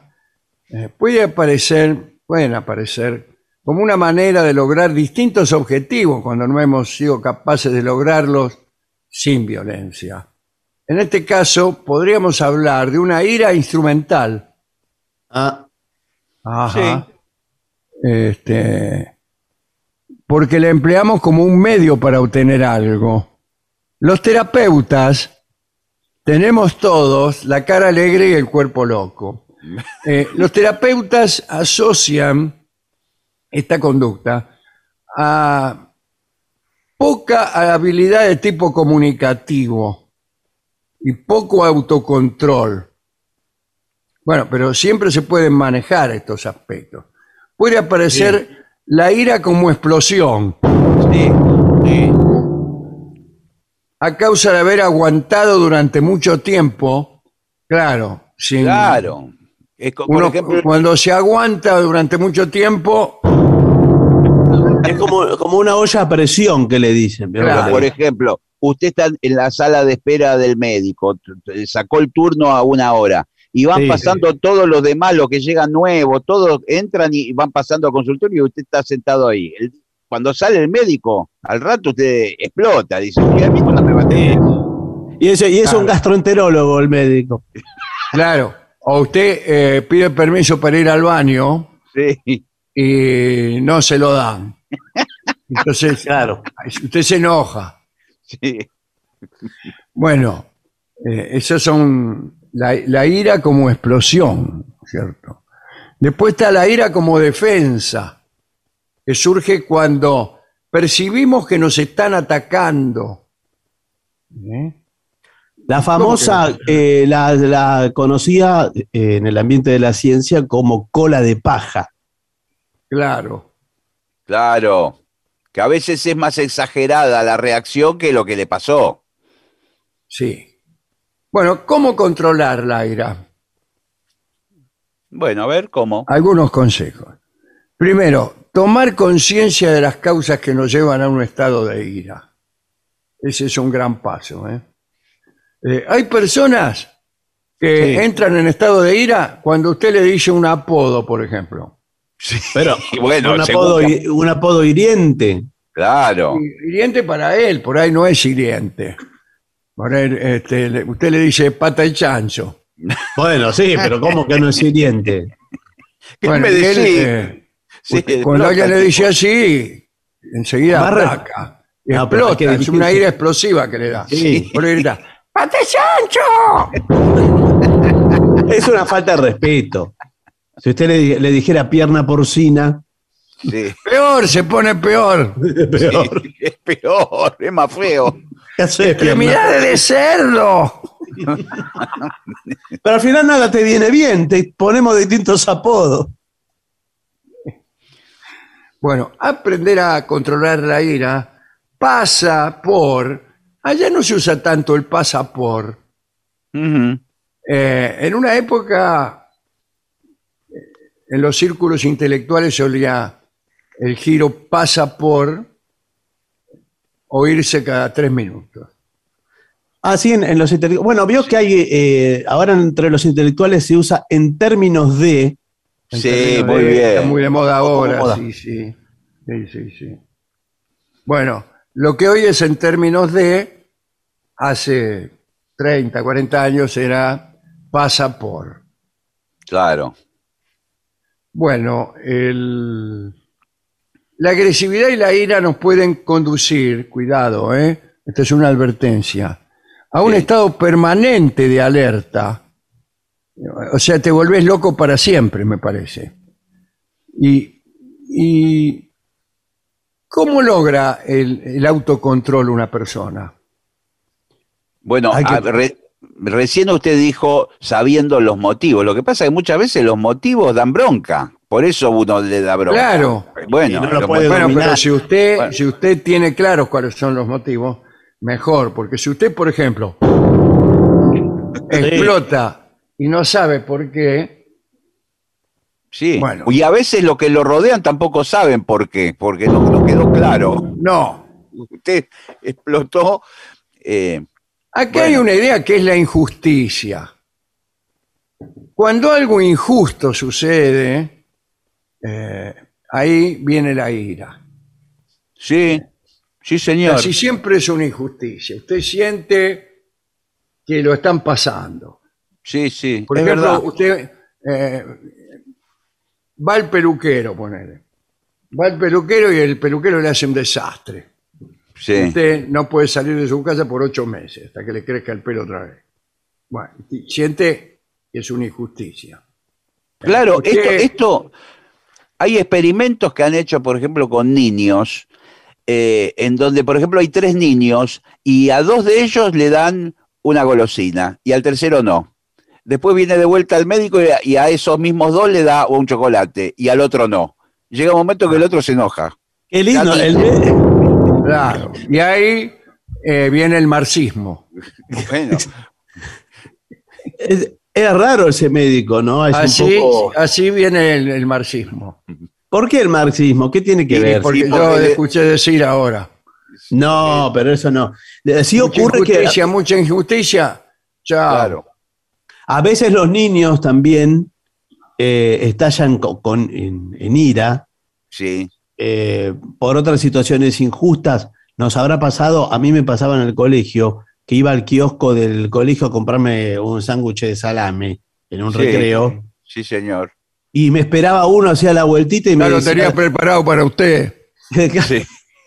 pueden aparecer como una manera de lograr distintos objetivos cuando no hemos sido capaces de lograrlos sin violencia. En este caso, podríamos hablar de una ira instrumental. Ah, Ajá. Porque la empleamos como un medio para obtener algo. Los terapeutas tenemos todos la cara alegre y el cuerpo loco. Los terapeutas asocian esta conducta a poca habilidad de tipo comunicativo y poco autocontrol. Bueno, pero siempre se pueden manejar estos aspectos. Puede aparecer la ira como explosión Sí, sí. a causa de haber aguantado durante mucho tiempo. Claro, sin, Claro. Es por uno, ejemplo, cuando se aguanta durante mucho tiempo, es como una olla a presión que le dicen. ¿vio? Claro. por ejemplo, usted está en la sala de espera del médico, sacó el turno a 1 hora, y van Sí, pasando todos los demás, los que llegan nuevos, todos entran y van pasando al consultorio y usted está sentado ahí. Cuando sale el médico, al rato usted explota, dice, ¿y a mí cuándo me va a atender? Y es un gastroenterólogo el médico. claro, o usted pide permiso para ir al baño Sí, y no se lo dan. Entonces, Claro. usted se enoja. sí. Bueno, esos son la ira como explosión, ¿cierto? Después está la ira como defensa, que surge cuando percibimos que nos están atacando. La famosa, la conocía en el ambiente de la ciencia como cola de paja. Claro. Claro, que a veces es más exagerada la reacción que lo que le pasó. Sí. Bueno, ¿cómo controlar la ira? Bueno, a ver cómo. Algunos consejos. Primero, tomar conciencia de las causas que nos llevan a un estado de ira. Ese es un gran paso. Hay personas que entran en estado de ira cuando usted le dice un apodo, por ejemplo. Pero Bueno, un apodo hiriente. Claro. Hiriente para él, por ahí no es hiriente. Por ahí, usted le dice pata de chancho. Bueno, sí, pero ¿cómo que no es hiriente? ¿Qué Bueno, me y él, decís? Sí, cuando explota alguien el le tipo. dice así, enseguida Más ataca. Y No, pero hay que explota, es una dirigirse. ira explosiva que le da. Sí. Por ahí grita, ¡Pate Sancho! Es una falta de respeto. Si usted le dijera pierna porcina, Sí. Peor, se pone peor. peor. Sí, es peor, es más feo. ¿Qué haces, pierna? ¡Extremidades de cerdo! Pero al final nada te viene bien, te ponemos distintos apodos. Bueno, aprender a controlar la ira pasa por... Allá no se usa tanto el pasa por. Ujú. En una época, en los círculos intelectuales solía el giro pasa por oírse cada 3 minutos. Ah, sí, en los intelectuales. Bueno, vio que hay, ahora entre los intelectuales se usa en términos de. En Sí, términos muy bien. Está muy de moda ahora, moda. sí, sí. Sí, sí, sí. Bueno, lo que hoy es en términos de, hace 30, 40 años era pasa por. Claro. Bueno, la agresividad y la ira nos pueden conducir, cuidado, esta es una advertencia, a un Sí. estado permanente de alerta. O sea, te volvés loco para siempre, me parece. Y ¿cómo logra el autocontrol una persona? Bueno, Hay que- recién usted dijo sabiendo los motivos. Lo que pasa es que muchas veces los motivos dan bronca. Por eso uno le da bronca. Claro. Bueno, Y no lo los puede motivos- Bueno, pero dominar. si usted tiene claros cuáles son los motivos, mejor, porque si usted, por ejemplo, explota y no sabe por qué, Sí. Bueno. Y a veces los que lo rodean tampoco saben por qué, porque no quedó claro. no. Usted explotó. Aquí hay Bueno. una idea que es la injusticia. Cuando algo injusto sucede, ahí viene la ira. Sí, sí, señor. Casi siempre es una injusticia. Usted siente que lo están pasando. Sí, sí. Por es ejemplo, verdad. usted va al peluquero, ponele. Va al peluquero y el peluquero le hace un desastre. Sí. Usted no puede salir de su casa por 8 meses hasta que le crezca el pelo otra vez. Bueno, siente que es una injusticia. Claro, Usted- esto, hay experimentos que han hecho, por ejemplo, con niños, en donde, por ejemplo, hay 3 niños y a 2 de ellos le dan una golosina y al tercero no. Después viene de vuelta al médico y a esos mismos 2 le da un chocolate y al otro no. Llega un momento que el otro se enoja. Qué lindo. Claro. Y ahí viene el marxismo. Bueno, Es raro ese médico, ¿no? Es un poco- Así viene el marxismo. ¿Por qué el marxismo? ¿Qué tiene que Y ver? porque sí, yo porque- escuché decir ahora. No, pero eso no. Sí Mucha ocurre que injusticia, mucha injusticia. Chao. claro. a veces los niños también estallan en ira Sí, por otras situaciones injustas. Nos habrá pasado, a mí me pasaba en el colegio, que iba al kiosco del colegio a comprarme un sándwich de salame en un Sí. recreo, sí, señor. y me esperaba uno, hacía la vueltita y me Ya lo decía, tenía preparado para usted. Sí.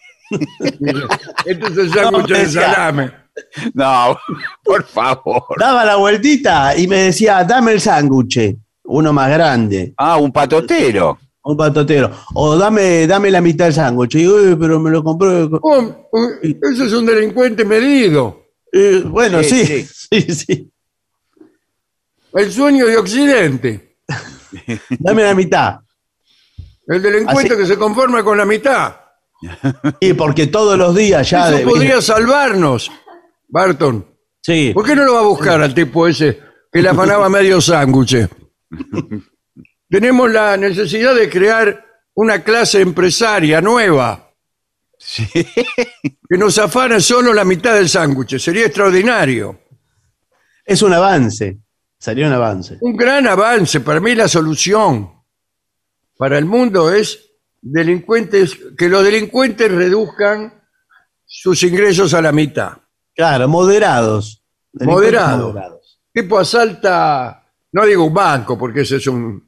Esto es el sándwich de decía- salame. No, por favor. daba la vueltita y me decía, dame el sándwich, uno más grande, Ah, un patotero. un patotero, o dame la mitad del sándwich. Y digo, pero me lo compré. Eso es un delincuente medido. Bueno, Sí, sí, sí, sí. El sueño de Occidente. Dame la mitad. El delincuente Así- que se conforma con la mitad. Y porque todos los días ya. Eso podría salvarnos, Barton. Sí. ¿Por qué no lo va a buscar al tipo ese que le afanaba medio sándwich? Tenemos la necesidad de crear una clase empresaria nueva Sí. que nos afane solo la mitad del sándwich. Sería extraordinario. Es un avance. Sería un avance. Un gran avance. Para mí la solución para el mundo es que los delincuentes reduzcan sus ingresos a la mitad. Claro, moderados. Moderado. Moderados. Tipo asalta, no digo un banco porque ese es un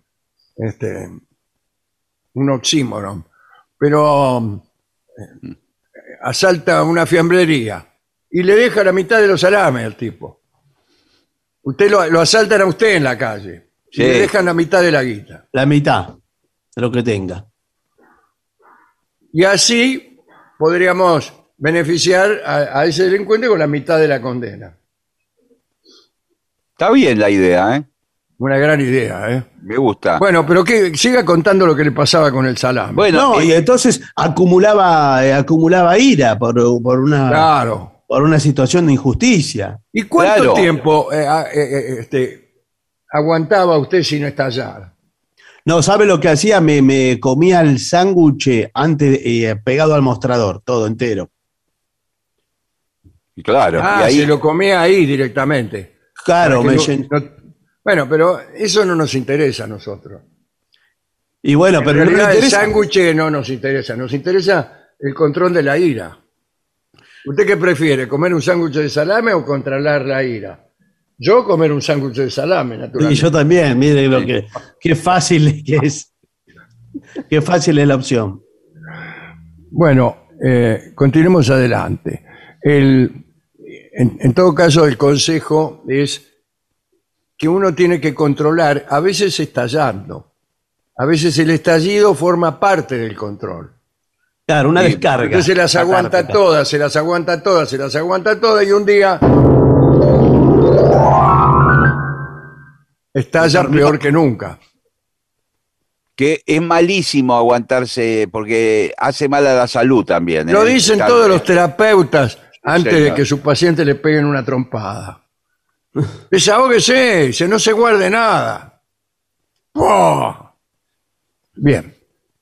oxímoron, pero asalta una fiambrería y le deja la mitad de los salames al tipo. Usted lo asaltan a usted en la calle y Sí. le dejan la mitad de la guita. La mitad de lo que tenga. Y así podríamos beneficiar a ese delincuente con la mitad de la condena. Está bien la idea, ¿eh? Una gran idea, ¿eh? Me gusta. Bueno, pero que siga contando lo que le pasaba con el salame. Bueno, No, y entonces acumulaba ira por Claro. una situación de injusticia. ¿Y cuánto Claro. tiempo aguantaba usted sin estallar? No, ¿sabe lo que hacía? Me comía el sándwich antes, pegado al mostrador, todo entero. claro. Ah, y ahí, se lo comía ahí directamente. Claro, Para me que bueno, pero eso no nos interesa a nosotros. Y bueno, En pero no me realidad el interesa. sándwich no nos interesa el control de la ira. ¿Usted qué prefiere, comer un sándwich de salame o controlar la ira? Yo comer un sándwich de salame, Y naturalmente. yo también, mire qué fácil que es. Qué fácil es la opción. Bueno, continuemos adelante. En todo caso, el consejo es que uno tiene que controlar, a veces estallando. A veces el estallido forma parte del control. Claro, una descarga. Entonces se las aguanta catártica. todas, se las aguanta todas, se las aguanta todas y un día estalla peor que nunca. que es malísimo aguantarse porque hace mal a la salud también. Lo dicen Está- todos los terapeutas antes de Señor. que sus pacientes le peguen una trompada. Desahógese, dice, no se guarde nada. ¡Oh! Bien.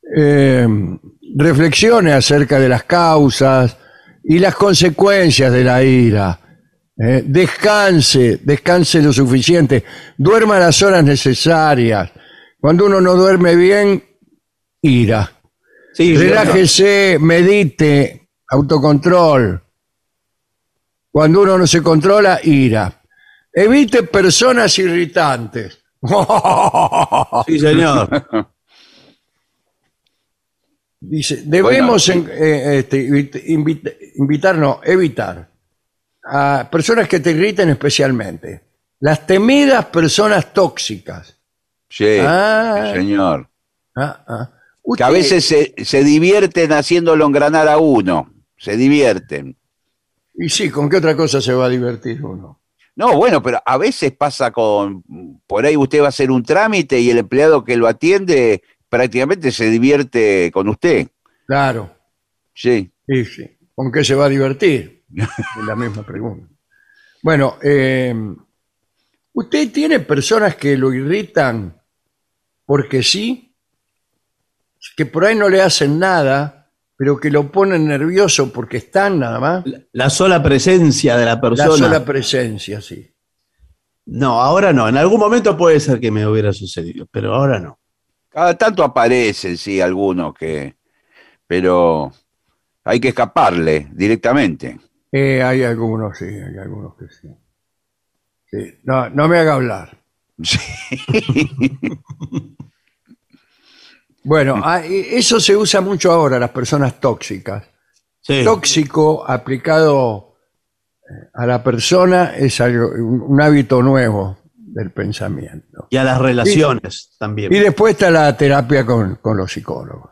Reflexione acerca de las causas y las consecuencias de la ira. Descanse lo suficiente. Duerma las horas necesarias. Cuando uno no duerme bien, ira. Sí, Relájese, medite, autocontrol. Cuando uno no se controla, ira. Evite personas irritantes. sí, señor. Dice, debemos Bueno, evitar a personas que te irriten especialmente. Las temidas personas tóxicas. Sí, Ah. sí, señor. Que Que a veces se divierten haciéndolo engranar a uno. Se divierten. Y sí, ¿con qué otra cosa se va a divertir uno? No, bueno, pero a veces pasa por ahí usted va a hacer un trámite y el empleado que lo atiende prácticamente se divierte con usted. Claro, Sí. sí. ¿Con qué se va a divertir? Es la misma pregunta. Bueno, ¿usted tiene personas que lo irritan porque sí? Que por ahí no le hacen nada, pero que lo ponen nervioso porque están nada más. La sola presencia de la persona. La sola presencia, sí. No, ahora no. En algún momento puede ser que me hubiera sucedido, pero ahora no. Cada tanto aparecen, sí, algunos pero hay que escaparle directamente. Hay algunos, sí, hay algunos que sí. Sí, no me haga hablar. Sí. Bueno, eso se usa mucho ahora, las personas tóxicas. Sí. Tóxico aplicado a la persona es un hábito nuevo del pensamiento. Y a las relaciones también. Y después está la terapia con los psicólogos.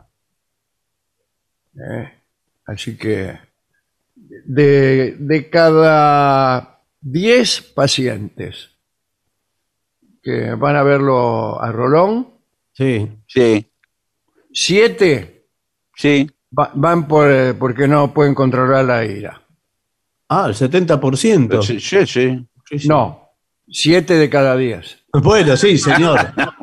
Así que de cada 10 pacientes que van a verlo a Rolón, Sí. Sí, 7 sí. van porque no pueden controlar la ira. Ah, el 70%. Sí, sí, sí. Sí, sí. No, 7 de cada 10. Bueno, sí, señor.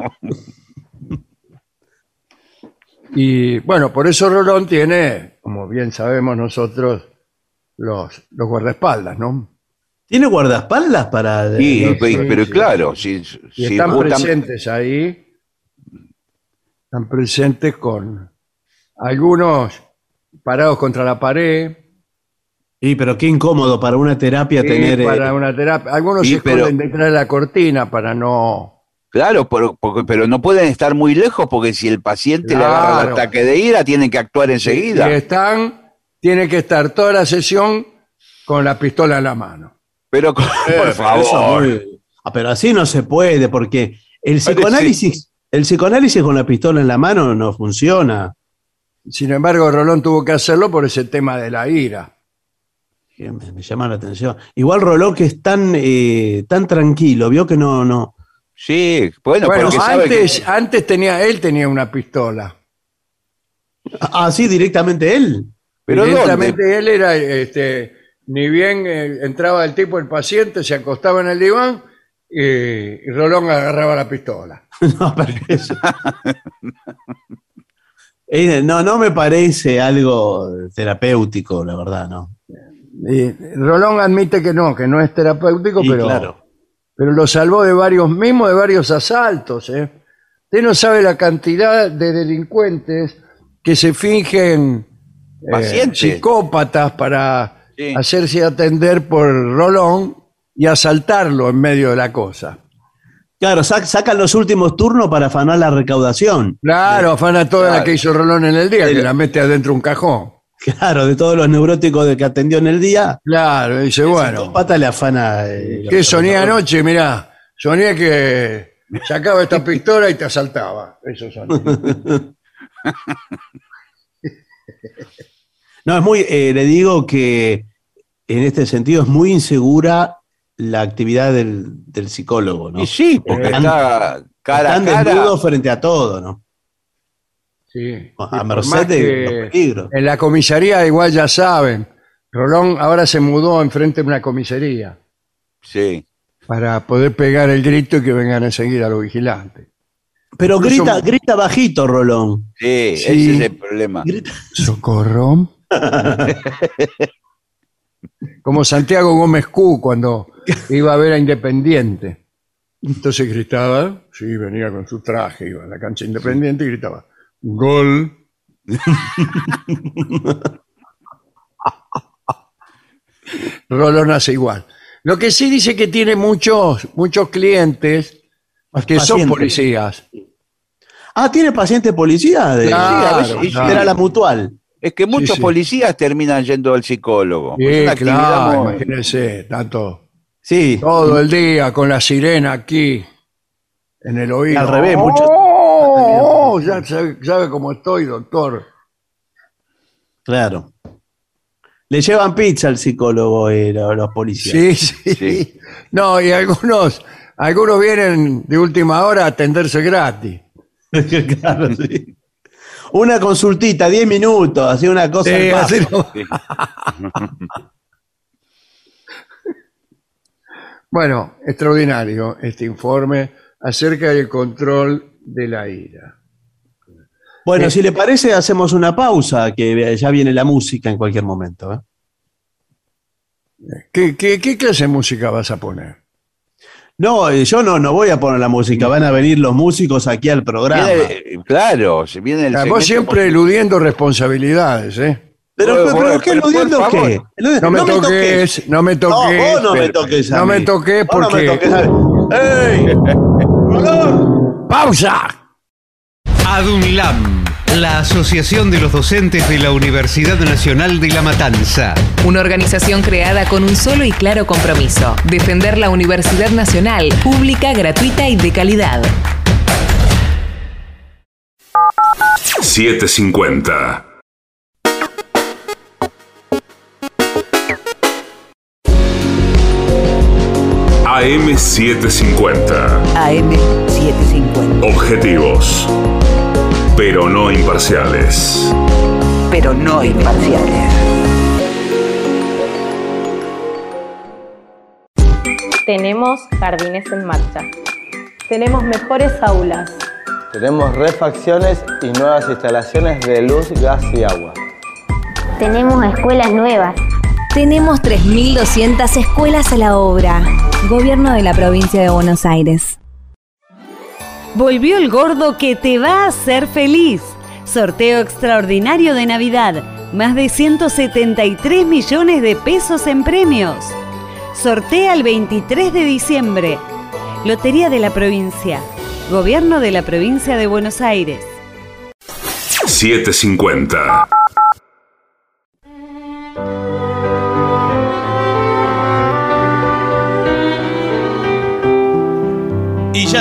Y bueno, por eso Rolón tiene, como bien sabemos nosotros, los guardaespaldas, ¿no? ¿Tiene guardaespaldas para...? Sí, sí, pero sí. claro, sí, Y sí, están justamente- presentes ahí, están presentes con algunos parados contra la pared, Sí, pero qué incómodo para una terapia y tener... para una terapia. Algunos Sí, se esconden detrás de la cortina para no... Claro, pero no pueden estar muy lejos porque si el paciente le agarra el Claro. ataque de ira, tienen que actuar Y enseguida. están tiene que estar toda la sesión con la pistola en la mano. Pero por Eso favor. pero así no se puede, porque el psicoanálisis con la pistola en la mano no funciona. Sin embargo, Rolón tuvo que hacerlo por ese tema de la ira. Que me llama la atención. Igual Rolón, que es tan tranquilo, vio que no. Sí, bueno, Bueno, porque sabe que... antes él tenía una pistola. Sí, directamente él. ¿Pero Directamente él era, ni bien entraba el tipo, el paciente, se acostaba en el diván y Rolón agarraba la pistola. No, pero eso. No me parece algo terapéutico, la verdad, ¿no? Rolón admite que no es terapéutico, Sí, pero, claro. pero lo salvó de varios asaltos. Usted no sabe la cantidad de delincuentes que se fingen Pacientes. psicópatas para Sí. hacerse atender por Rolón y asaltarlo en medio de la cosa. Claro, sacan los últimos turnos para afanar la recaudación. Claro, afana toda la Claro. que hizo Rolón en el día, que la mete adentro un cajón. Claro, de todos los neuróticos de que atendió en el día. Claro, dice, bueno, Pata le afana. ¿qué soñé anoche? Mirá, soñé que sacaba esta pistola y te asaltaba. Eso soñé. No, le digo que en este sentido es muy insegura la actividad del psicólogo, ¿no? Y sí, porque Están- está cara a Están cara. desnudos frente a todo, ¿no? Sí. A Y por merced más de que los peligros. En la comisaría igual ya saben. Rolón ahora se mudó enfrente de una comisaría Sí. para poder pegar el grito y que vengan enseguida los vigilantes. Pero Incluso- grita bajito, Rolón. Sí, Sí. ese es el problema. Socorro. Como Santiago Gómez Q cuando iba a ver a Independiente. Entonces gritaba, sí, venía con su traje, iba a la cancha Independiente y gritaba, gol. Rolón hace igual. Lo que sí dice que tiene muchos clientes que son Pacientes. policías. ¿Tiene paciente policía? Claro, Sí, a veces claro. era la mutual. Es que muchos sí. policías terminan yendo al psicólogo. Sí, Es una actividad claro, muy- imagínense, tanto Sí. todo el día con la sirena aquí en el oído. Al revés, mucho- Oh, ya sabe cómo estoy, doctor. Claro. Le llevan pizza al psicólogo los policías. Sí, sí, Sí. No, y algunos vienen de última hora a atenderse gratis. Claro, sí. Una consultita, 10 minutos, así una cosa. Sí, al paso. así no- Sí. Bueno, extraordinario este informe acerca del control de la ira. Bueno, si le parece, hacemos una pausa, que ya viene la música en cualquier momento. ¿Qué clase de música vas a poner? No, yo no voy a poner la música, van a venir los músicos aquí al programa. Claro, se viene el Vos segmento- siempre eludiendo responsabilidades, ¿eh? Pero Bueno, ¿qué pero por eludiendo favor. qué? No me toques, no me toques. No, vos no me toques a No mí. me toques Vos no me porque... toques a mí. ¡Ey! ¡Rolón! ¡Pausa! ADUNLAM, la Asociación de los Docentes de la Universidad Nacional de La Matanza. Una organización creada con un solo y claro compromiso: defender la Universidad Nacional, pública, gratuita y de calidad. 750. AM750. AM750. Objetivos, pero no imparciales. Pero no imparciales. Tenemos jardines en marcha. Tenemos mejores aulas. Tenemos refacciones y nuevas instalaciones de luz, gas y agua. Tenemos escuelas nuevas. Tenemos 3.200 escuelas a la obra. Gobierno de la provincia de Buenos Aires. Volvió el gordo que te va a hacer feliz. Sorteo extraordinario de Navidad. Más de 173 millones de pesos en premios. Sortea el 23 de diciembre. Lotería de la provincia. Gobierno de la provincia de Buenos Aires. 750.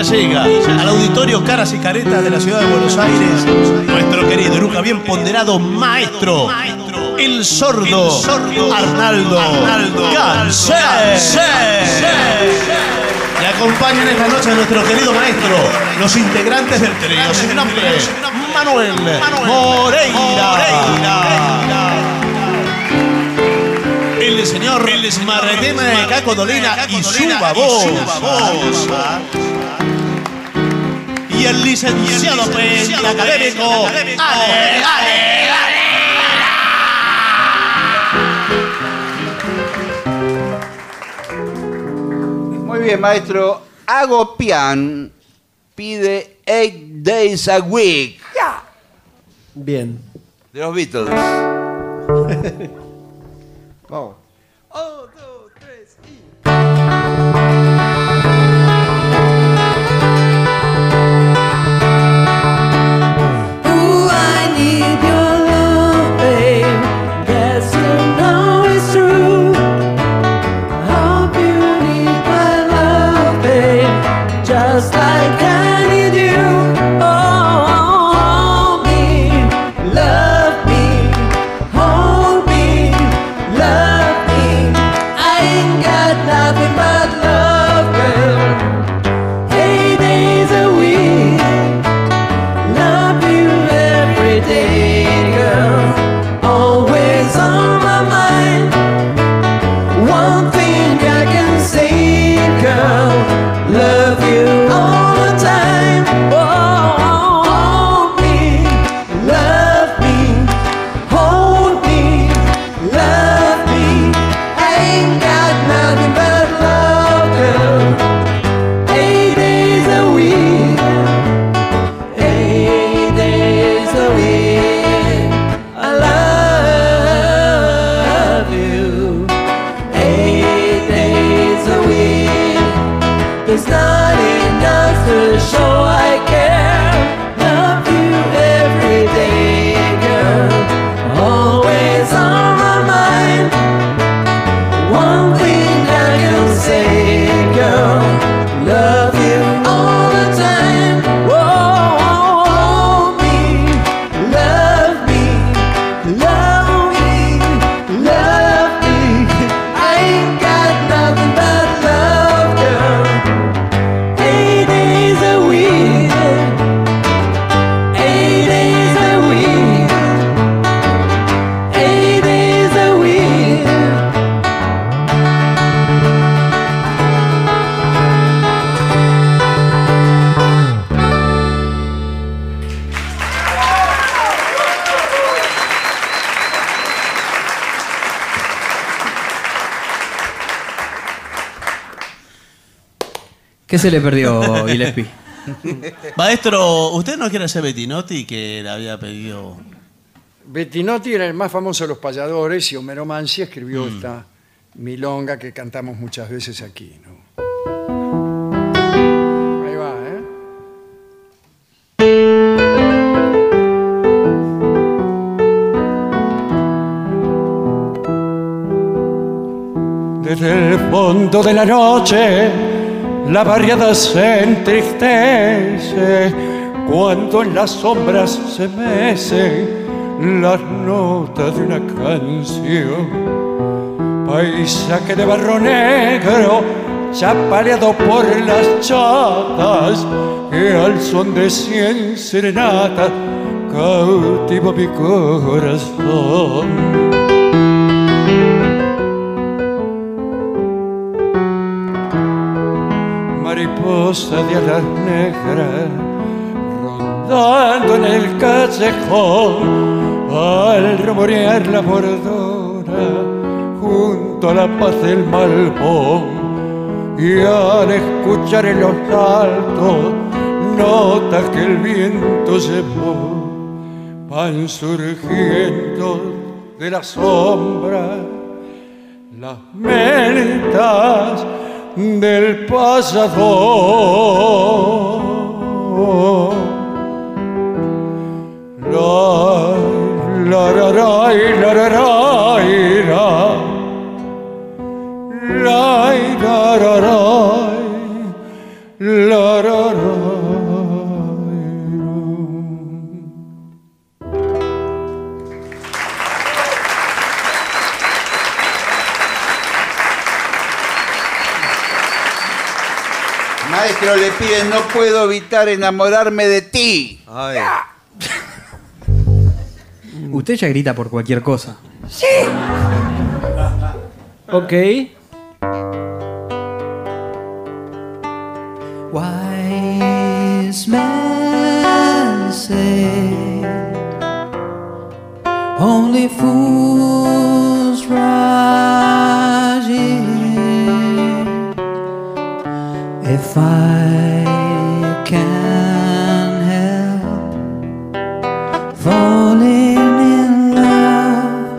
ya llega al auditorio Caras y Caretas de la ciudad de Buenos Aires nuestro querido y nunca bien ponderado maestro, el sordo Arnaldo Gansé. Le acompañan esta noche a nuestro querido maestro, los integrantes del trío sin nombre, Manuel Moreira. El señor Marretema de Caco Dolina y su babosa. Y el licenciado académico Ale. Muy bien, maestro. Agopian pide 8 Days a Week. Bien. De los Beatles. Vamos. Just like I need you, hold me, love me, hold me, love me. I ain't got nothing but love, girl. 8 days a week, love you every day, girl. Always on my mind. One thing I can say, girl. Love you all the time. Oh, hold me, love me, hold me, love me. I ain't got nothing but love, girl. 8 days a week, 8 days a week. I love you. 8 days a week. It's not enough to show I care. Love you every day, girl. Always on my mind. One thing I can say, girl. Love you all the time. Oh, hold me, love me, love me, love me. I ain't got nothing but love, girl. 8 days a week, 8 days a week, 8 days a week. ¿Qué se le perdió, Gillespie? Maestro, ¿usted no quiere ser Bettinotti que le había pedido? Bettinotti era el más famoso de los payadores y Homero Mansi escribió esta milonga que cantamos muchas veces aquí, ¿no? Ahí va, ¿eh? Desde el fondo de la noche la barriada se entristece cuando en las sombras se mecen las notas de una canción. Paisaje de barro negro chapaleado por las chatas que al son de 100 serenatas cautiva mi corazón. Mariposa de alas negras rondando en el callejón al rumorear la bordona junto a la paz del Malbón y al escuchar en los altos notas que el viento llevó van surgiendo de la sombra las mentas del pasado. La la ra ra la ra ra la ra ra ra Maestro, le piden, no puedo evitar enamorarme de ti. Ay. Usted ya grita por cualquier cosa. Sí. Ok. Wise men say only fools rush in. If I can help falling in love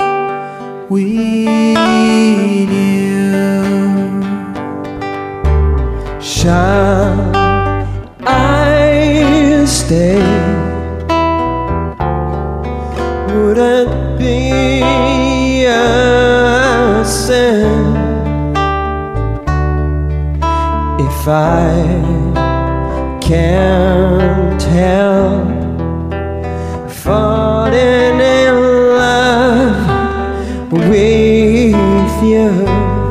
with you, shall I stay? Would it be a sin if I can't help falling in love with you?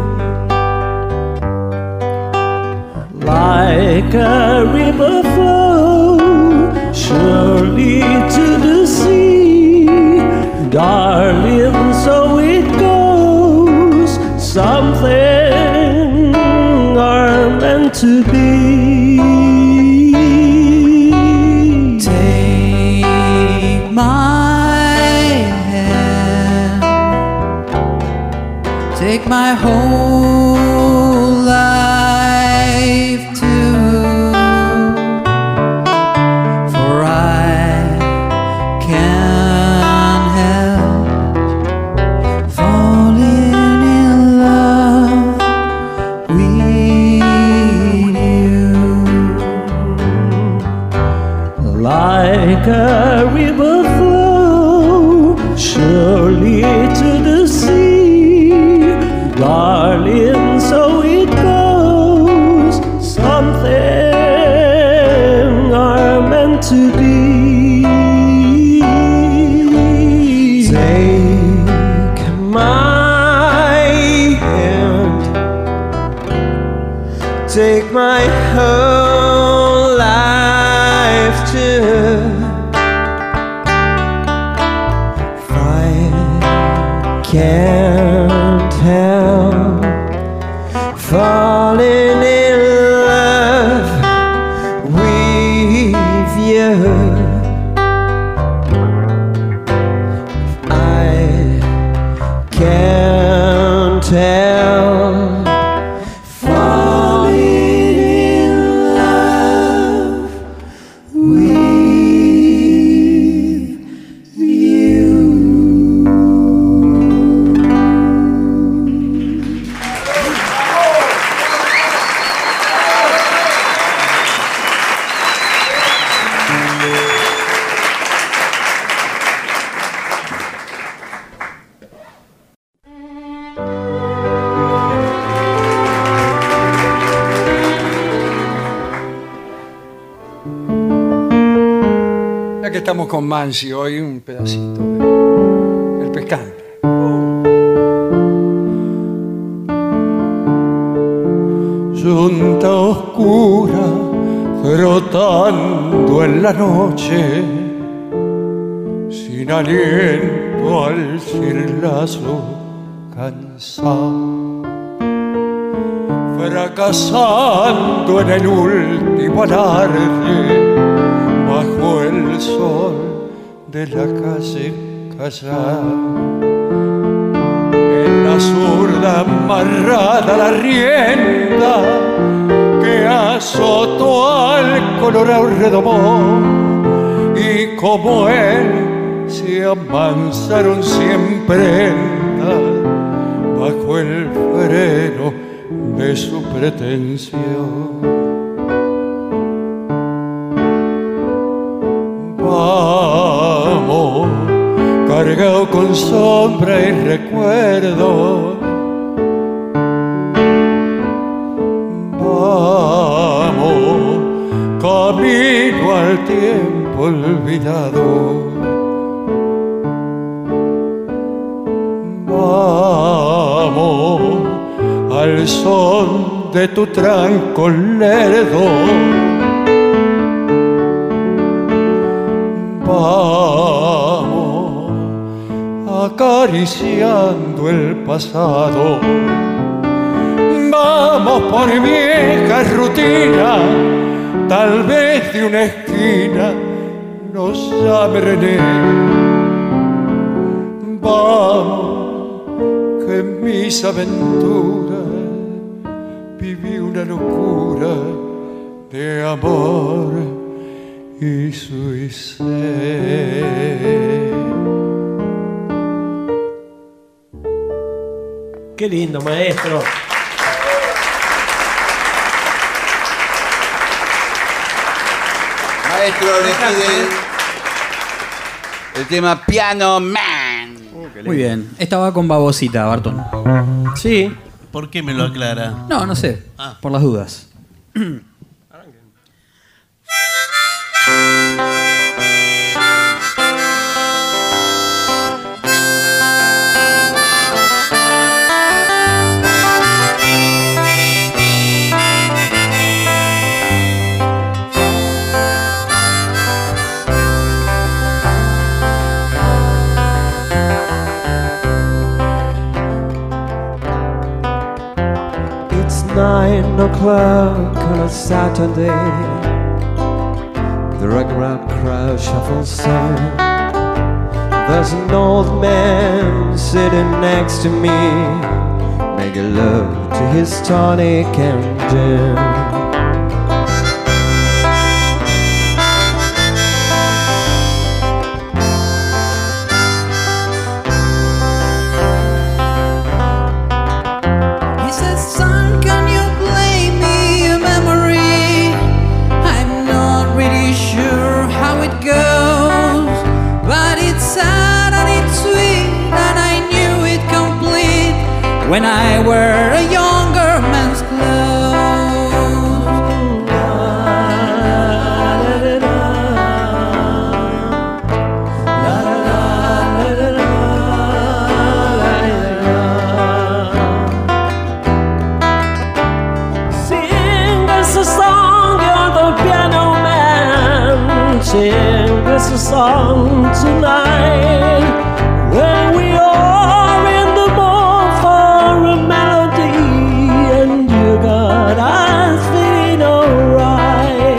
Like a river flow surely to the sea, darling, so it goes. Something are meant to be. Take my hand, take my whole life too, for I can't help falling in love with you. Like a river flow surely to the sea, darling, so it goes. Something are meant to be. Take my hand, take my whole life too. If I can't help falling in love with you, if I can't help falling in love with you. Ya que estamos con Mansi hoy, un pedacito de El Pescante. Yunta oscura frotando en la noche, sin aliento al cirlazo cansado, fracasando en el último alarde bajo el sol de la calle callada. En la zurda amarrada la rienda que azotó al colorado redomón, y como él se amansaron 100 prendas bajo el freno de su pretensión. Vamos, cargado con sombra y recuerdo, vamos, camino al tiempo olvidado. Vamos al son de tu tranco lerdo. Vamos acariciando el pasado. Vamos por vieja rutina, tal vez de una esquina nos llame René. Vamos, que en mis aventuras viví una locura de amor y suicidio. Qué lindo, maestro. Maestro, le pide el tema Piano Man. Muy bien. Esta va con babosita, Bartón. Sí. ¿Por qué me lo aclara? No sé. Por las dudas. It's 9 o'clock on a Saturday. The regular crowd shuffles in. There's an old man sitting next to me, making love to his tonic and gin. He says, son, can you play me a memory? I'm not really sure how it goes, but it's sad and it's sweet, and I knew it complete when I wear a younger man's clothes. Sing us a song, you're the piano man. Sing us a song tonight, when we are in the mood for a melody, and you got us feeling alright.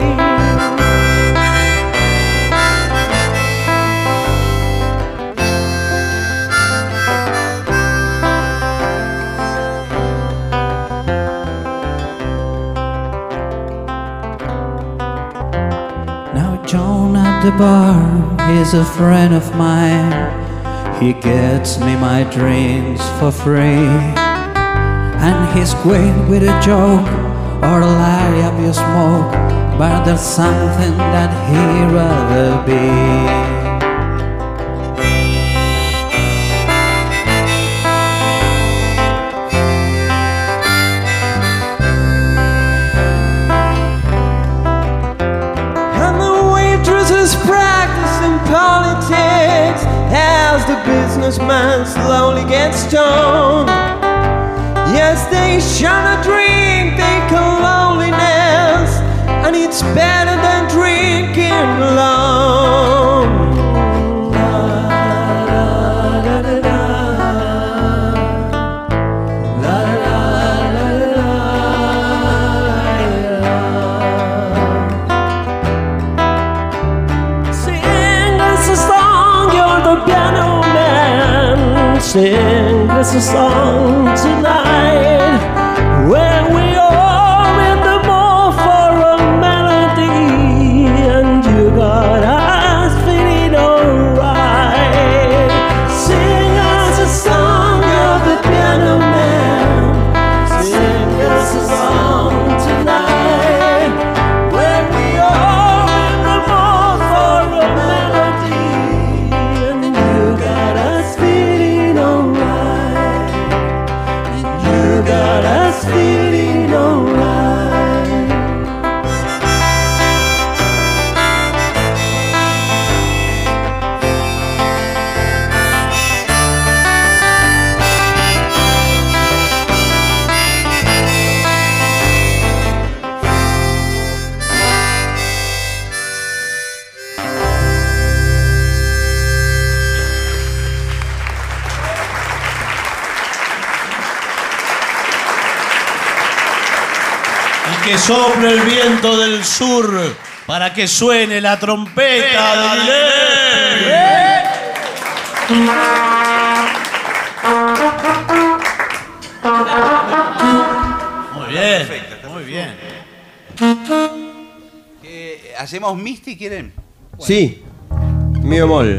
Now John at the bar is a friend of mine. He gets me my drinks for free, and he's quick with a joke or a lie up you smoke, but there's something that he'd rather be. And the waitress is practicing politics as the businessman slowly gets stoned. Yes, they shun a drink, they call loneliness, and it's better than drinking alone. Sing us a song, you're the piano man. Sing us a song tonight, when we are in the mood for a melody, and you got us feeling alright. Sing us a song, you're the piano man. Sing us a song tonight, when we are in the mood for a melody, and you got us feeling alright. And you got us feeling alright. que sople el viento del sur para que suene la trompeta de Lilé. Muy bien, muy bien. ¿Hacemos Misty, quieren? Sí, mi bemol.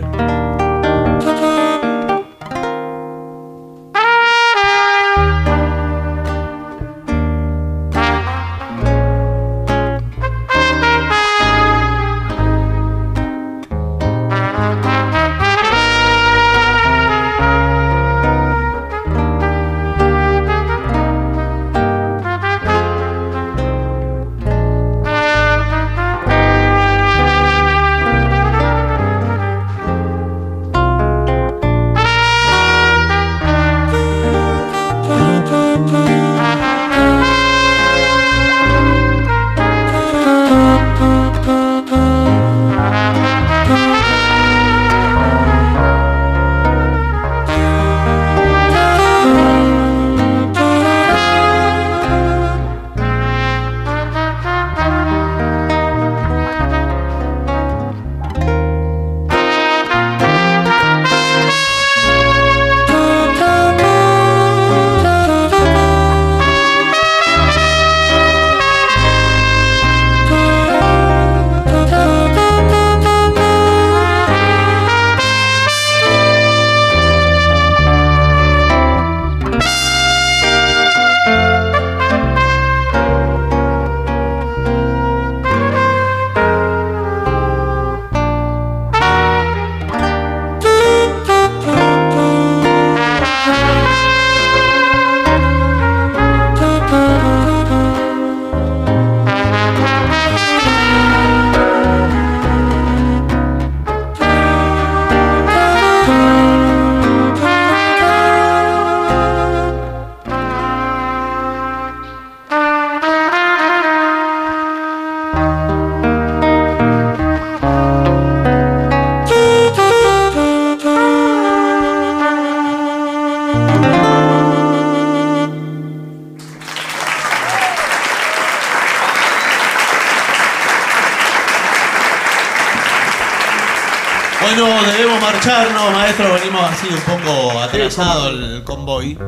Bueno, debemos marcharnos, maestro. Venimos así un poco atrasado el convoy.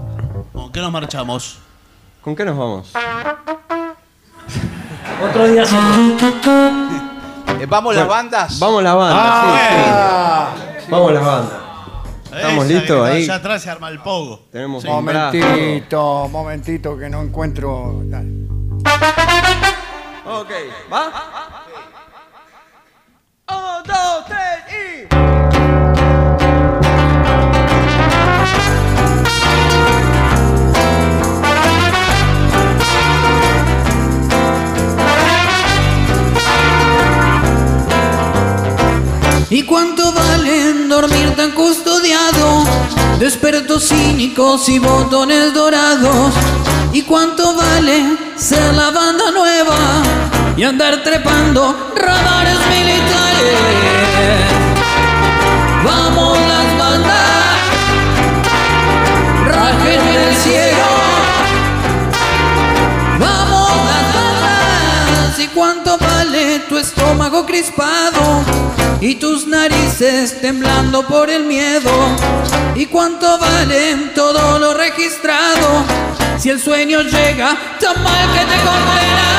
¿Con qué nos marchamos? ¿Con qué nos vamos? Otro día ¿Vamos las bandas? Vamos las bandas, sí. Vamos las bandas. ¿Estamos listos ahí? Allá atrás se arma el pogo. Tenemos momentito que no encuentro. Dale. Ok, ¿va? 1, 2, 3 y... ¿Y cuánto valen dormir tan custodiado? Despertos cínicos y botones dorados. ¿Y cuánto vale ser la banda nueva y andar trepando radares militares? Vamos las bandas, rajen el cielo. Vamos las bandas. ¿Y cuánto vale tu estómago crispado y tus narices temblando por el miedo? ¿Y cuánto vale todo lo registrado si el sueño llega tan mal que te condena?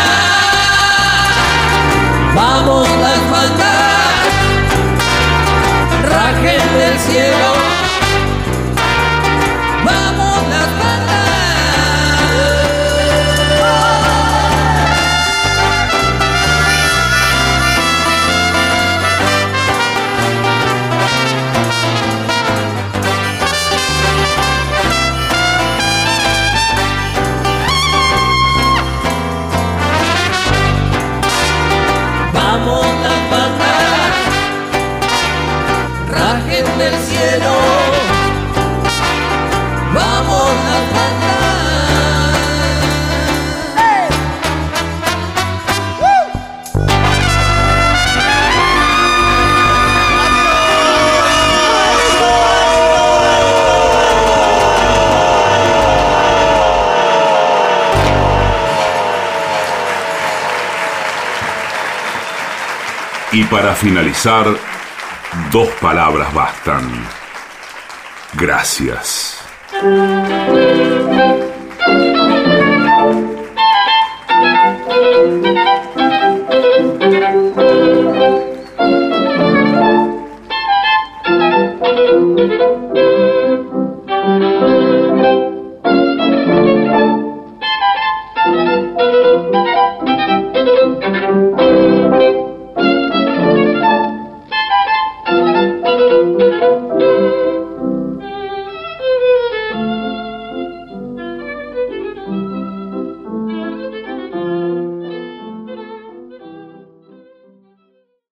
Vamos las bandas, rajen del cielo. Vamos las bandas. Vamos las bandas, rajen del cielo. Y para finalizar, 2 palabras bastan. Gracias.